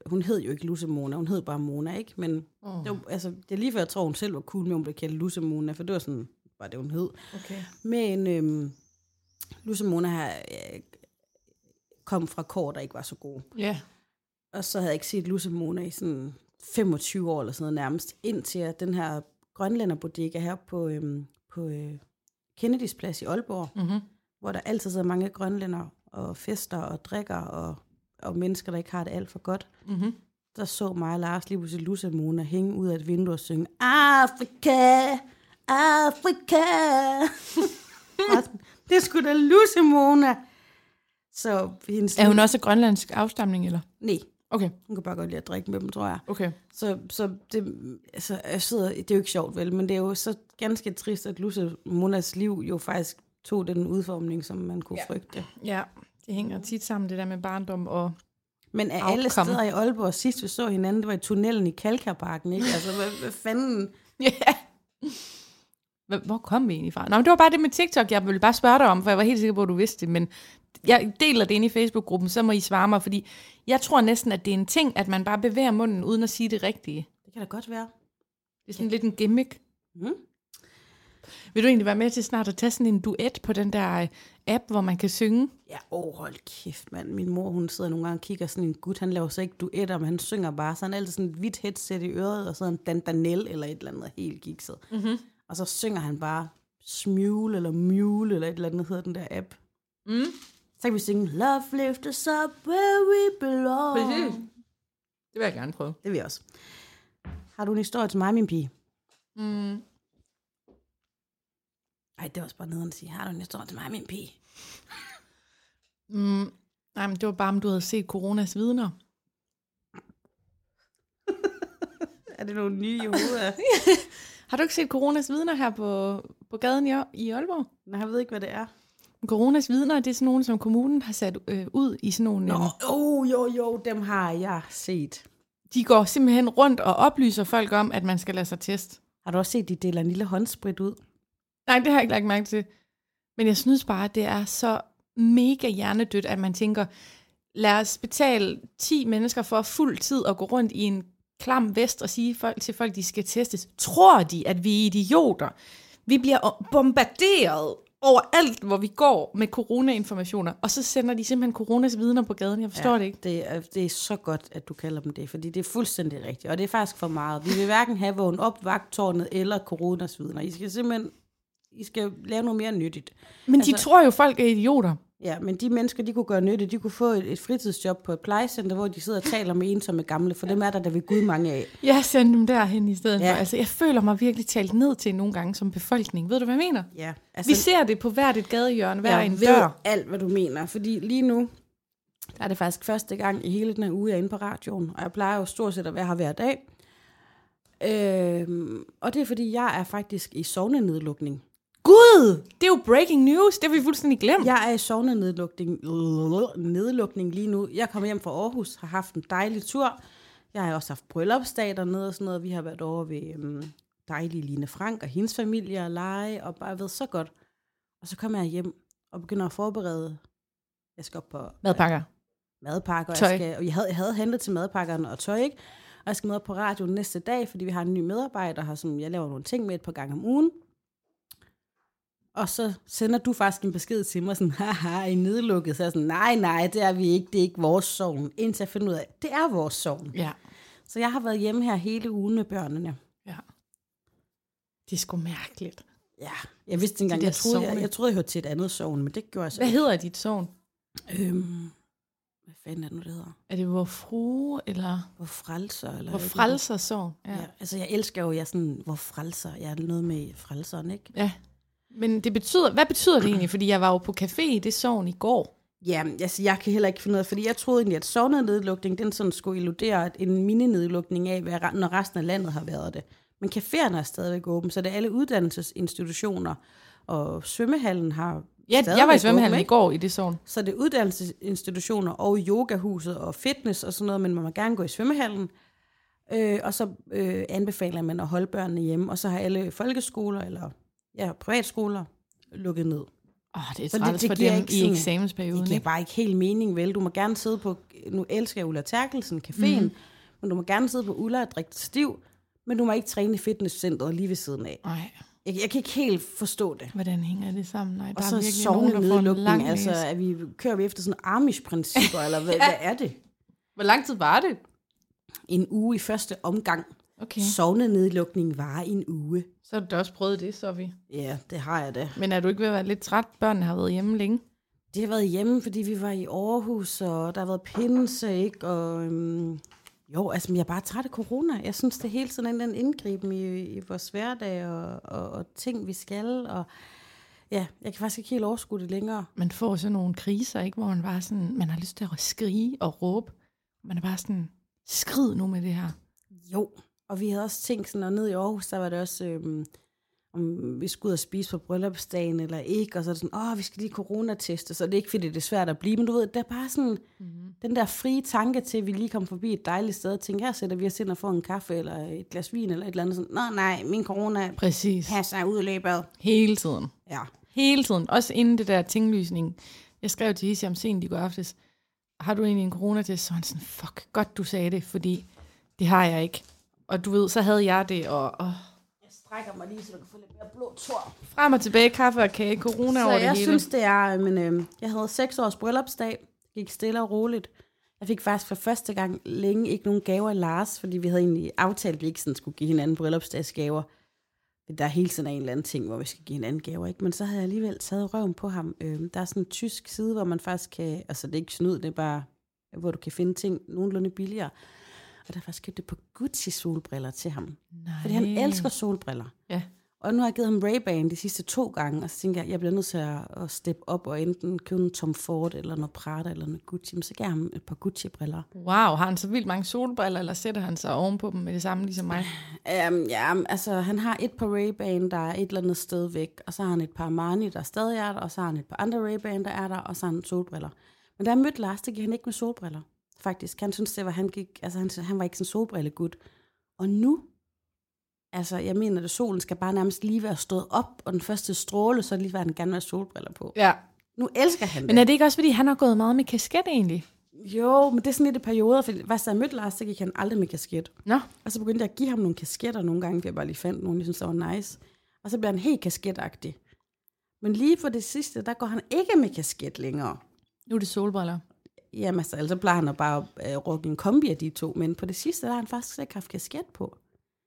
hun hed jo ikke Lusse Mona, hun hed bare Mona, ikke? Men det, var, altså, det er lige før, jeg tror, hun selv var cool med, at hun blev kaldt Lusse Mona, for det var sådan, bare det, hun hed. Okay. Men Lusse Mona her kom fra kår, der ikke var så gode. Ja. Yeah. Og så havde jeg ikke set Lusse Mona i sådan 25 år eller sådan noget nærmest, indtil at den her grønlænderbodega her på Kennedys Plads i Aalborg, hvor der altid sidder mange grønlænder og fester og drikker og mennesker, der ikke har det alt for godt. Der så mig og Lars lige pludselig Lusse Mona hænge ud af et vindue og synge Afrika, Afrika. Det er sgu da Lusse Mona. Så er hun også grønlandsk afstamning, eller? Nej. Okay. Hun kan bare godt lide at drikke med dem, tror jeg. Okay. Så det, altså, det er jo ikke sjovt, vel, men det er jo så ganske trist, at Lusse Monas liv jo faktisk tog den udformning, som man kunne frygte. Ja, det hænger tit sammen, det der med barndom og men af alle steder i Aalborg, sidst vi så hinanden, det var i tunnelen i Kalkærparken, ikke? Altså, hvad fanden? Ja. Hvor kom vi egentlig fra? Nå, men det var bare det med TikTok, jeg ville bare spørge dig om, for jeg var helt sikker på, at du vidste det, men jeg deler det inde i Facebook-gruppen, så må I svare mig, fordi jeg tror næsten, at det er en ting, at man bare bevæger munden, uden at sige det rigtige. Det kan da godt være. Det er sådan lidt en gimmick. Vil du egentlig være med til snart at tage sådan en duet på den der app, hvor man kan synge? Ja, hold kæft, mand. Min mor, hun sidder nogle gange og kigger sådan en gut, han laver så ikke duetter, men han synger bare, så han har altid sådan et hvidt headset i øret, og så en dandanel eller et eller andet helt gikset. Og så synger han bare Smule eller Mule eller et eller andet, hedder den der app. Så kan vi synge Love lift us up where we belong. Præcis. Det vil jeg gerne prøve. Det vil jeg også. Har du en historie til mig, min pige? Ej, det er også bare nederen at sige, har du en historie til mig, min pige? Nej, men det var bare, om du havde set Coronas vidner. Er det nogle nye i hovedet? Har du ikke set Coronas vidner her på gaden i Aalborg? Nej, jeg ved ikke, hvad det er. Coronas vidner, det er sådan nogle, som kommunen har sat ud i sådan nogle... Jo, dem har jeg set. De går simpelthen rundt og oplyser folk om, at man skal lade sig teste. Har du også set, de deler en lille håndsprit ud? Nej, det har jeg ikke lagt mærke til. Men jeg synes bare, at det er så mega hjernedødt, at man tænker, lad os betale 10 mennesker for fuld tid at gå rundt i en klam vest og sige til folk, de skal testes. Tror de, at vi er idioter? Vi bliver bombarderet overalt, hvor vi går med corona-informationer, og så sender de simpelthen coronas vidner på gaden. Jeg forstår det ikke. Det er så godt, at du kalder dem det, fordi det er fuldstændig rigtigt, og det er faktisk for meget. Vi vil hverken have vågen op, vagttårnet eller coronas vidner. I skal lave noget mere nyttigt. Men de tror jo, folk er idioter. Ja, men de mennesker, de kunne gøre nytte. De kunne få et fritidsjob på et plejecenter, hvor de sidder og taler med ensomme gamle, for dem er der ved Gud mange af. Jeg sender dem derhen i stedet for. Altså, jeg føler mig virkelig talt ned til nogle gange som befolkning. Ved du, hvad jeg mener? Ja. Altså, vi ser det på hvert et gadehjørne, hver en dør. Jeg ved alt, hvad du mener, fordi lige nu der er det faktisk første gang i hele den her uge, jeg er inde på radioen, og jeg plejer jo stort set at være her hver dag. Og det er, fordi jeg er faktisk i sovnenedlukning. Gud, det er jo breaking news. Det har vi fuldstændig glemt. Jeg er i sovnenedlukning lige nu. Jeg kommer hjem fra Aarhus, har haft en dejlig tur. Jeg har også haft bryllupsdag dernede og sådan noget. Vi har været over ved dejlige Line Frank og hendes familie og lege, og bare ved så godt. Og så kommer jeg hjem og begynder at forberede. Jeg skal op på madpakker. Og jeg havde handlet til madpakkerne og tøj, ikke? Og jeg skal med op på radioen næste dag, fordi vi har en ny medarbejder, som jeg laver nogle ting med et par gange om ugen. Og så sender du faktisk en besked til mig, sådan, haha, I nedlukket. Så jeg sådan, nej, det er vi ikke, det er ikke vores sovn. Indtil jeg finder ud af, det er vores sovn. Ja. Så jeg har været hjemme her hele ugen med børnene. Ja. Det er sgu mærkeligt. Ja, jeg vidste ikke engang, jeg troede, jeg hørte til et andet sovn, men det gjorde jeg så Hvad ikke. hedder dit sovn? Hvad fanden er det nu, det hedder? Er det Vor Frue, eller? Vor Frelser, eller? Vor Frelser sovn, ja. Altså, jeg elsker jo, Vor Frelser. Jeg er noget med frelseren, ikke? Ja. Men hvad betyder det egentlig? Fordi jeg var jo på café i det sovn i går. Ja, altså jeg kan heller ikke finde ud af, fordi jeg troede egentlig, at sovnenedlukning, den sådan skulle illudere en mini-nedlukning af, når resten af landet har været det. Men caféerne er stadigvæk åbne, så det er alle uddannelsesinstitutioner, og svømmehallen har jeg var i svømmehallen i går i det sovn. Så det er uddannelsesinstitutioner og yogahuset og fitness og sådan noget, men man må gerne gå i svømmehallen. Og så anbefaler man at holde børnene hjemme, og så har alle folkeskoler eller privatskoler lukket ned. Det er træls for dem i eksamensperioden. Det giver bare ikke helt mening, vel? Du må gerne sidde på, nu elsker jeg Ulla Terkelsen, caféen, men du må gerne sidde på Ulla og drikke stiv, men du må ikke træne i fitnesscenteret lige ved siden af. Nej. Jeg kan ikke helt forstå det. Hvordan hænger det sammen? Nej, og der så er sovende nedlukning, altså kører vi efter sådan Amish-principper, eller hvad er det? Hvor lang tid var det? En uge i første omgang. Okay. Sovende nedlukning var en uge. Så har du da også prøvet det, Sofie? Ja, det har jeg da. Men er du ikke ved at være lidt træt? Børnene har været hjemme længe. De har været hjemme, fordi vi var i Aarhus, og der har været pinse, ikke? Og altså, jeg er bare træt af corona. Jeg synes, det er hele tiden den indgriben i vores hverdag, og ting, vi skal, og ja, jeg kan faktisk ikke helt overskue det længere. Man får sådan nogle kriser, ikke? Hvor man bare sådan, man har lyst til at skrige og råbe. Man er bare sådan, skrid nu med det her. Jo, og vi havde også tænkt sådan, og nede i Aarhus, der var det også, om vi skulle ud og spise på bryllupsdagen eller ikke, og så er det sådan, vi skal lige coronateste, så det er ikke, fordi det er svært at blive, men du ved, det er bare sådan, den der frie tanke til, at vi lige kommer forbi et dejligt sted, og tænker, her sætter vi os ind og får en kaffe, eller et glas vin, eller et eller andet sådan, nej, min corona passer ud i løbet. Hele tiden. Ja. Hele tiden. Også inden det der tinglysning. Jeg skrev til Hisham sent i går aftes, har du egentlig en coronatest? Så var han sådan, fuck, godt du sagde det, fordi det har jeg ikke. Og du ved, så havde jeg det, og jeg strækker mig lige, så du kan få lidt mere blå tår. Frem og tilbage, kaffe og kage, corona over det hele. Så jeg synes, det er, men jeg havde 6 års bryllupsdag, gik stille og roligt. Jeg fik faktisk for første gang længe ikke nogen gaver af Lars, fordi vi havde egentlig aftalt, at vi ikke sådan skulle give hinanden bryllupsdagsgaver. Der er hele tiden en eller anden ting, hvor vi skal give hinanden gaver, ikke? Men så havde jeg alligevel taget røven på ham. Der er sådan en tysk side, hvor man faktisk kan, altså det er ikke snyd, det er bare, hvor du kan finde ting nogenlunde billigere. Og der har faktisk købt det på Gucci solbriller til ham. Nej. Fordi han elsker solbriller. Ja. Og nu har jeg givet ham Ray-Ban de sidste 2 gange, og så tænker jeg bliver nødt til at steppe op og enten købe en Tom Ford, eller noget Prada, eller noget Gucci. Men så gav jeg ham et par Gucci-briller. Wow, har han så vildt mange solbriller, eller sætter han sig ovenpå dem med det samme, ligesom mig? Altså han har et par Ray-Ban, der er et eller andet sted væk, og så har han et par Armani, der stadig er der, og så har han et par andre Ray-Ban, der er der, og så har han solbriller. Men da jeg mødte Lars, der gik han ikke med solbriller. Faktisk, han synes, det var, han var ikke sådan solbrillegud. Og nu, altså, jeg mener, at solen skal bare nærmest lige være stået op, og den første stråle, så lige var han gerne med solbriller på. Ja. Nu elsker han det. Men er det ikke også, fordi han har gået meget med kasket egentlig? Jo, men det er sådan lidt i perioder, for hvis jeg mødte Lars, så gik han aldrig med kasket. Nå. Og så begyndte jeg at give ham nogle kasketter nogle gange, fordi jeg bare lige fandt nogle, jeg synes, der var nice. Og så bliver han helt kasketagtig. Men lige for det sidste, der går han ikke med kasket længere. Nu er det solbriller. Jamen, altså plejer han at bare råkke en kombi af de to, men på det sidste, der har han faktisk ikke haft kasket på.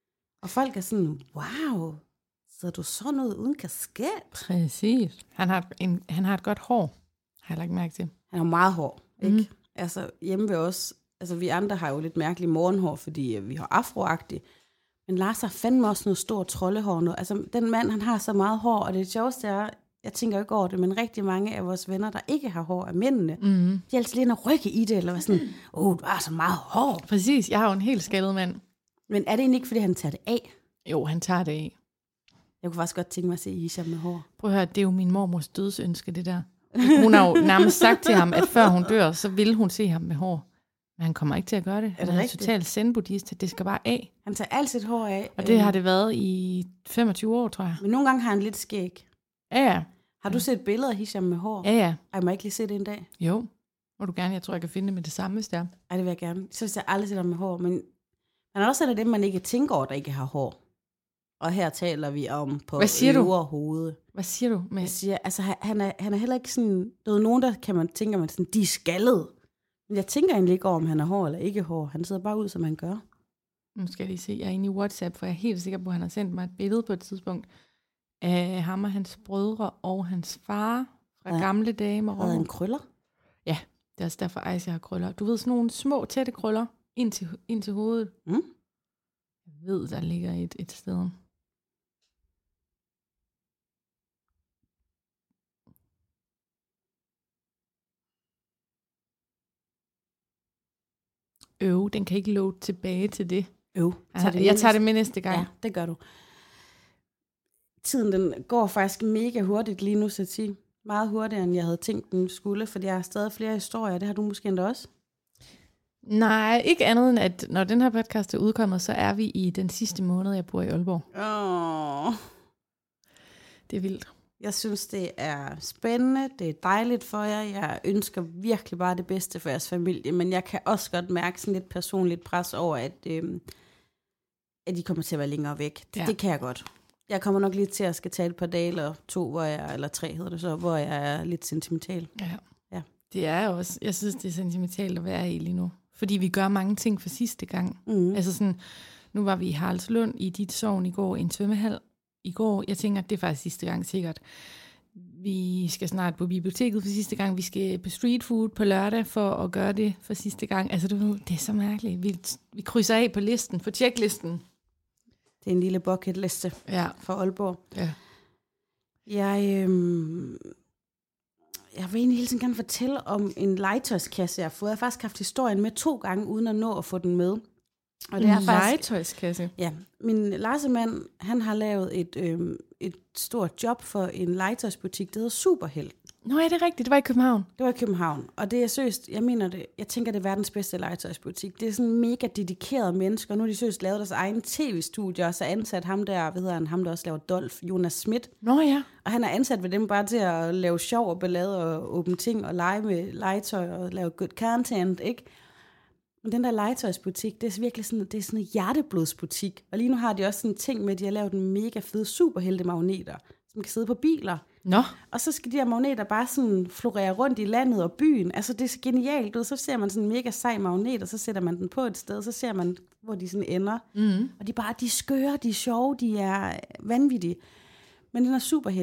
Og folk er sådan, wow, så du så noget uden kasket? Præcis. Han har et godt hår, har jeg lagt mærke til. Han har meget hår, ikke? Altså hjemme ved os, altså vi andre har jo lidt mærkeligt morgenhår, fordi vi har afroagtigt. Men Lars har fandme også noget stort troldehår nu. Altså den mand, han har så meget hår, og det sjoveste er, jeg tænker ikke over det, men rigtig mange af vores venner, der ikke har hår, er mændene. De er altid lige at rykke i det, eller hvad sådan, du har så meget hår. Præcis, jeg har jo en helt skaldet mand. Men er det egentlig ikke, fordi han tager det af? Jo, han tager det af. Jeg kunne faktisk godt tænke mig at se Hisham med hår. Prøv at høre, det er jo min mormors dødsønske, det der. Hun har jo nærmest sagt til ham, at før hun dør, så vil hun se ham med hår. Men han kommer ikke til at gøre det. Han er totalt zen-buddhist. Det skal bare af. Han tager alt sit hår af. Og det har det været i 25 år, tror jeg. Men nogle gange har han lidt skæg. Ja. Har du set billeder af Hisham med hår? Ja. Ej, må jeg ikke lige se det en dag? Jo, må du gerne. Jeg tror, jeg kan finde det med det samme, hvis det er. Ej, det vil jeg gerne. Så jeg aldrig set ham med hår. Men han er også en af dem, man ikke tænker over, der ikke har hår. Og her taler vi om på øvre hoved. Hvad siger du? Jeg siger, altså han er heller ikke sådan, der er nogen, der tænker man sådan, de er skaldet. Men jeg tænker egentlig ikke over, om han har hår eller ikke hår. Han sidder bare ud, som han gør. Nu skal jeg lige se, jeg er inde i WhatsApp, for jeg er helt sikker på, at han har sendt mig et billede på et tidspunkt af ham og hans brødre og hans far fra gamle dage. Har han krøller? Ja, det er også derfor, Aisha har krøller. Du ved, sådan nogle små, tætte krøller ind til hovedet. Jeg ved, der ligger et sted. Den kan ikke load tilbage til det. Jeg tager det med næste gang. Ja, det gør du. Tiden den går faktisk mega hurtigt lige nu, så at sige. Meget hurtigere, end jeg havde tænkt, den skulle, fordi jeg har stadig flere historier. Det har du måske endda også? Nej, ikke andet end, at når den her podcast er udkommet, så er vi i den sidste måned, jeg bor i Aalborg. Det er vildt. Jeg synes, det er spændende, det er dejligt for jer. Jeg ønsker virkelig bare det bedste for jeres familie, men jeg kan også godt mærke sådan lidt personligt pres over, at I kommer til at være længere væk. Det kan jeg godt. Jeg kommer nok lige til at skal tage et par dage eller 2, eller 3 hedder det så, hvor jeg er lidt sentimental. Ja. Det er også, jeg synes, det er sentimentalt at være i lige nu. Fordi vi gør mange ting for sidste gang. Altså sådan, nu var vi i Haraldslund i dit sogn i går, i en svømmehal i går. Jeg tænker, at det er faktisk sidste gang sikkert. Vi skal snart på biblioteket for sidste gang. Vi skal på street food på lørdag for at gøre det for sidste gang. Altså, det er så mærkeligt. Vi krydser af på listen, på checklisten. Det er en lille bucketliste for Aalborg. Ja. Jeg vil egentlig hele tiden gerne fortælle om en legetøjskasse, jeg har fået. Jeg har faktisk haft historien med 2 gange, uden at nå at få den med. Og det er legetøjskasse? Ja. Min Larsemand, han har lavet et stort job for en legetøjsbutik, der hedder Superhelt. Nå, ja, det er rigtigt. Det var i København. Det var i København. Og det er seriøst, jeg tænker, det er verdens bedste legetøjsbutik. Det er sådan mega dedikerede mennesker. Nu har de seriøst lavet deres egen tv-studie, og så ansat ham der, ham der også laver Dolph, Jonas Schmidt. Nå ja. Og han er ansat ved dem bare til at lave sjov og ballade og åbne ting og lege med legetøj og lave good content, ikke? Men den der legetøjsbutik, det er virkelig sådan, det er sådan en hjerteblodsbutik. Og lige nu har de også sådan en ting med, at de har lavet en mega fede superheltemagneter, som kan sidde på biler. Nå. Og så skal de her magneter bare sådan florere rundt i landet og byen. Altså det er så genialt ud. Så ser man sådan en mega sej magnet, og så sætter man den på et sted, og så ser man, hvor de sådan ender. Og de er skøre, de er sjove, de er vanvittige. Men den her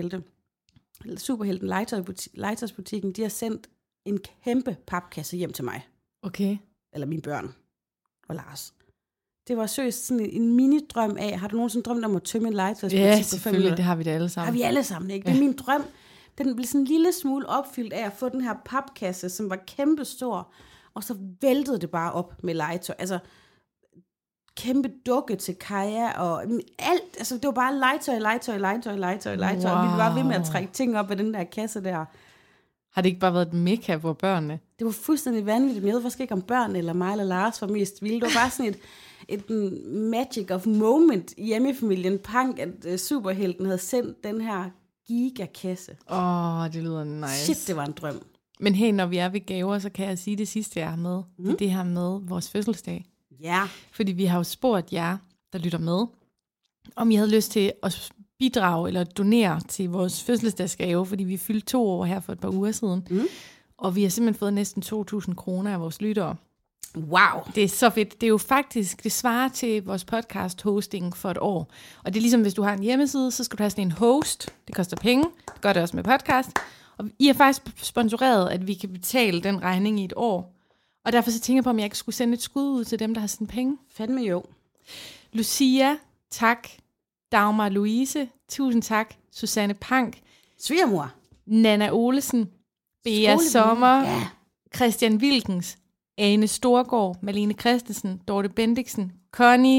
Superhelten legetøjsbutikken, de har sendt en kæmpe papkasse hjem til mig. Okay. Eller mine børn og Lars. Det var seriøst sådan en mini-drøm af, har du nogensinde drømt om at tømme en legetøjsbutik? Ja, selvfølgelig, det har vi da alle sammen. Har vi alle sammen, ikke? Det er min drøm. Den blev sådan en lille smule opfyldt af at få den her papkasse, som var kæmpestor, og så væltede det bare op med legetøj. Altså, kæmpe dukke til Kaja, og alt, altså det var bare legetøj. Wow. Vi var ved med at trække ting op af den der kasse der. Har det ikke bare været et mekka for børnene? Det var fuldstændig vanvittigt, men jeg ved faktisk ikke, om børn eller mig eller Lars var mest vilde. Det var bare sådan et magic of moment i hjemmefamilien Pank, at Superhelten havde sendt den her gigakasse. Det lyder nice. Shit, det var en drøm. Men hey, når vi er ved gaver, så kan jeg sige det sidste, jeg har med. Det er det her med vores fødselsdag. Ja. Fordi vi har jo spurgt jer, der lytter med, om I havde lyst til at bidrage eller donere til vores fødselsdagsgave, fordi vi fyldte 2 år her for et par uger siden. Og vi har simpelthen fået næsten 2.000 kroner af vores lyttere. Wow. Det er så fedt. Det er jo faktisk, det svarer til vores podcast hosting for et år. Og det er ligesom, hvis du har en hjemmeside, så skal du have sådan en host. Det koster penge. Det gør det også med podcast. Og I har faktisk sponsoreret, at vi kan betale den regning i et år. Og derfor så tænker jeg på, om jeg ikke skulle sende et skud ud til dem, der har sendt penge. Fandme jo. Lucia, tak. Dagmar Louise, tusind tak. Susanne Pank. Svigermor. Nana Olesen. Bea Sommer. Christian Wilkens. Ane Storgård. Malene Christensen. Dorte Bendiksen. Connie.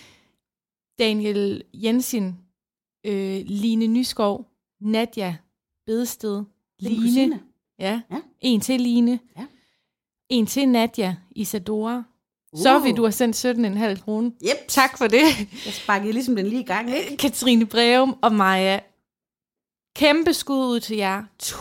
Daniel Jensen. Line Nyskov. Nadja Bedsted. Line. Ja. En til Line. Ja. En til Nadja Isadora. Sofie, du har sendt 17,5 kroner. Yep. Tak for det. Jeg sparkede ligesom den lige i gang, ikke? Katrine Breum og Maja. Kæmpe skud ud til jer.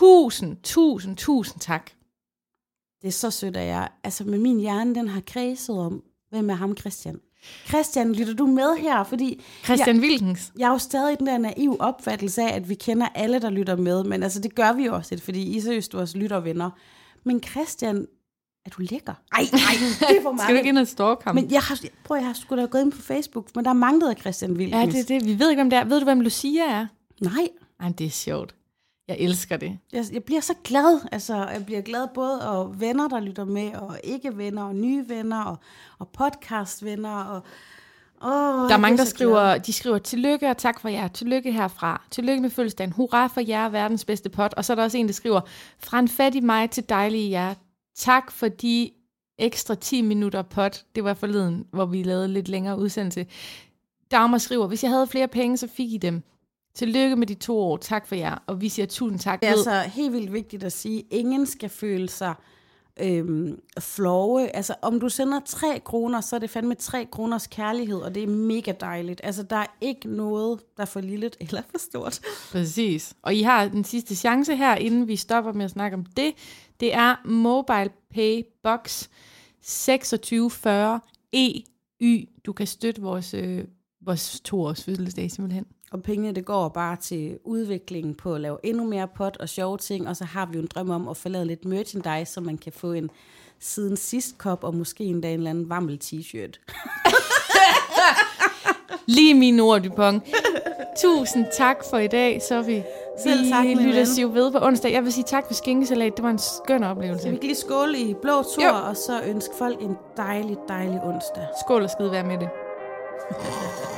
Tusind tak. Det er så sødt af jer. Altså med min hjerne, den har kredset om, hvem er ham Christian? Christian, lytter du med her? Fordi Christian Wilkens. Jeg er jo stadig i den der naiv opfattelse af, at vi kender alle, der lytter med. Men altså, det gør vi også, fordi I seriøst vores lyttervenner. Men Christian, er du lækker? Ej, det er for meget. Skal du ikke ind og stalk ham? Men jeg har sgu da gået ind på Facebook, men der er mange, der hedder Christian Wilkens. Ja, det er det. Vi ved ikke, hvem det er. Ved du, hvem Lucia er? Nej. Ej, det er sjovt. Jeg elsker det. Jeg bliver så glad. Altså, jeg bliver glad både af venner, der lytter med, og ikke venner, og nye venner, og podcastvenner. Der er mange, der skriver tillykke og tak for jer. Tillykke herfra. Tillykke med fødselsdagen. Hurra for jer, verdens bedste pod. Og så er der også en, der skriver, fra en fattig mig til dejlige jer. Tak for de ekstra 10 minutter pod. Det var forleden, hvor vi lavede lidt længere udsendelse. Dagmar skriver, hvis jeg havde flere penge, så fik I dem. Tillykke med de 2 år. Tak for jer. Og vi siger tusind tak. Det er altså helt vildt vigtigt at sige, ingen skal føle sig flove. Altså, om du sender 3 kroner, så er det fandme 3 kroners kærlighed, og det er mega dejligt. Altså, der er ikke noget, der er for lillet eller for stort. Præcis. Og I har den sidste chance her, inden vi stopper med at snakke om det. Det er Mobile Pay Box 2640 EY. Du kan støtte vores 2-års fødselsdag simpelthen. Og pengene, det går bare til udviklingen på at lave endnu mere pot og sjove ting, og så har vi jo en drøm om at få lavet lidt merchandise, så man kan få en siden sidst kop, og måske endda en eller anden vammel t-shirt. Lige mine ord, Dupont. Tusind tak for i dag, Sofie. Selv tak, vi lytter jo ved på onsdag. Jeg vil sige tak for skinkesalat. Det var en skøn oplevelse. Så vi kan lige skåle i blå tur, og så ønske folk en dejlig, dejlig onsdag. Skål og skide være med det.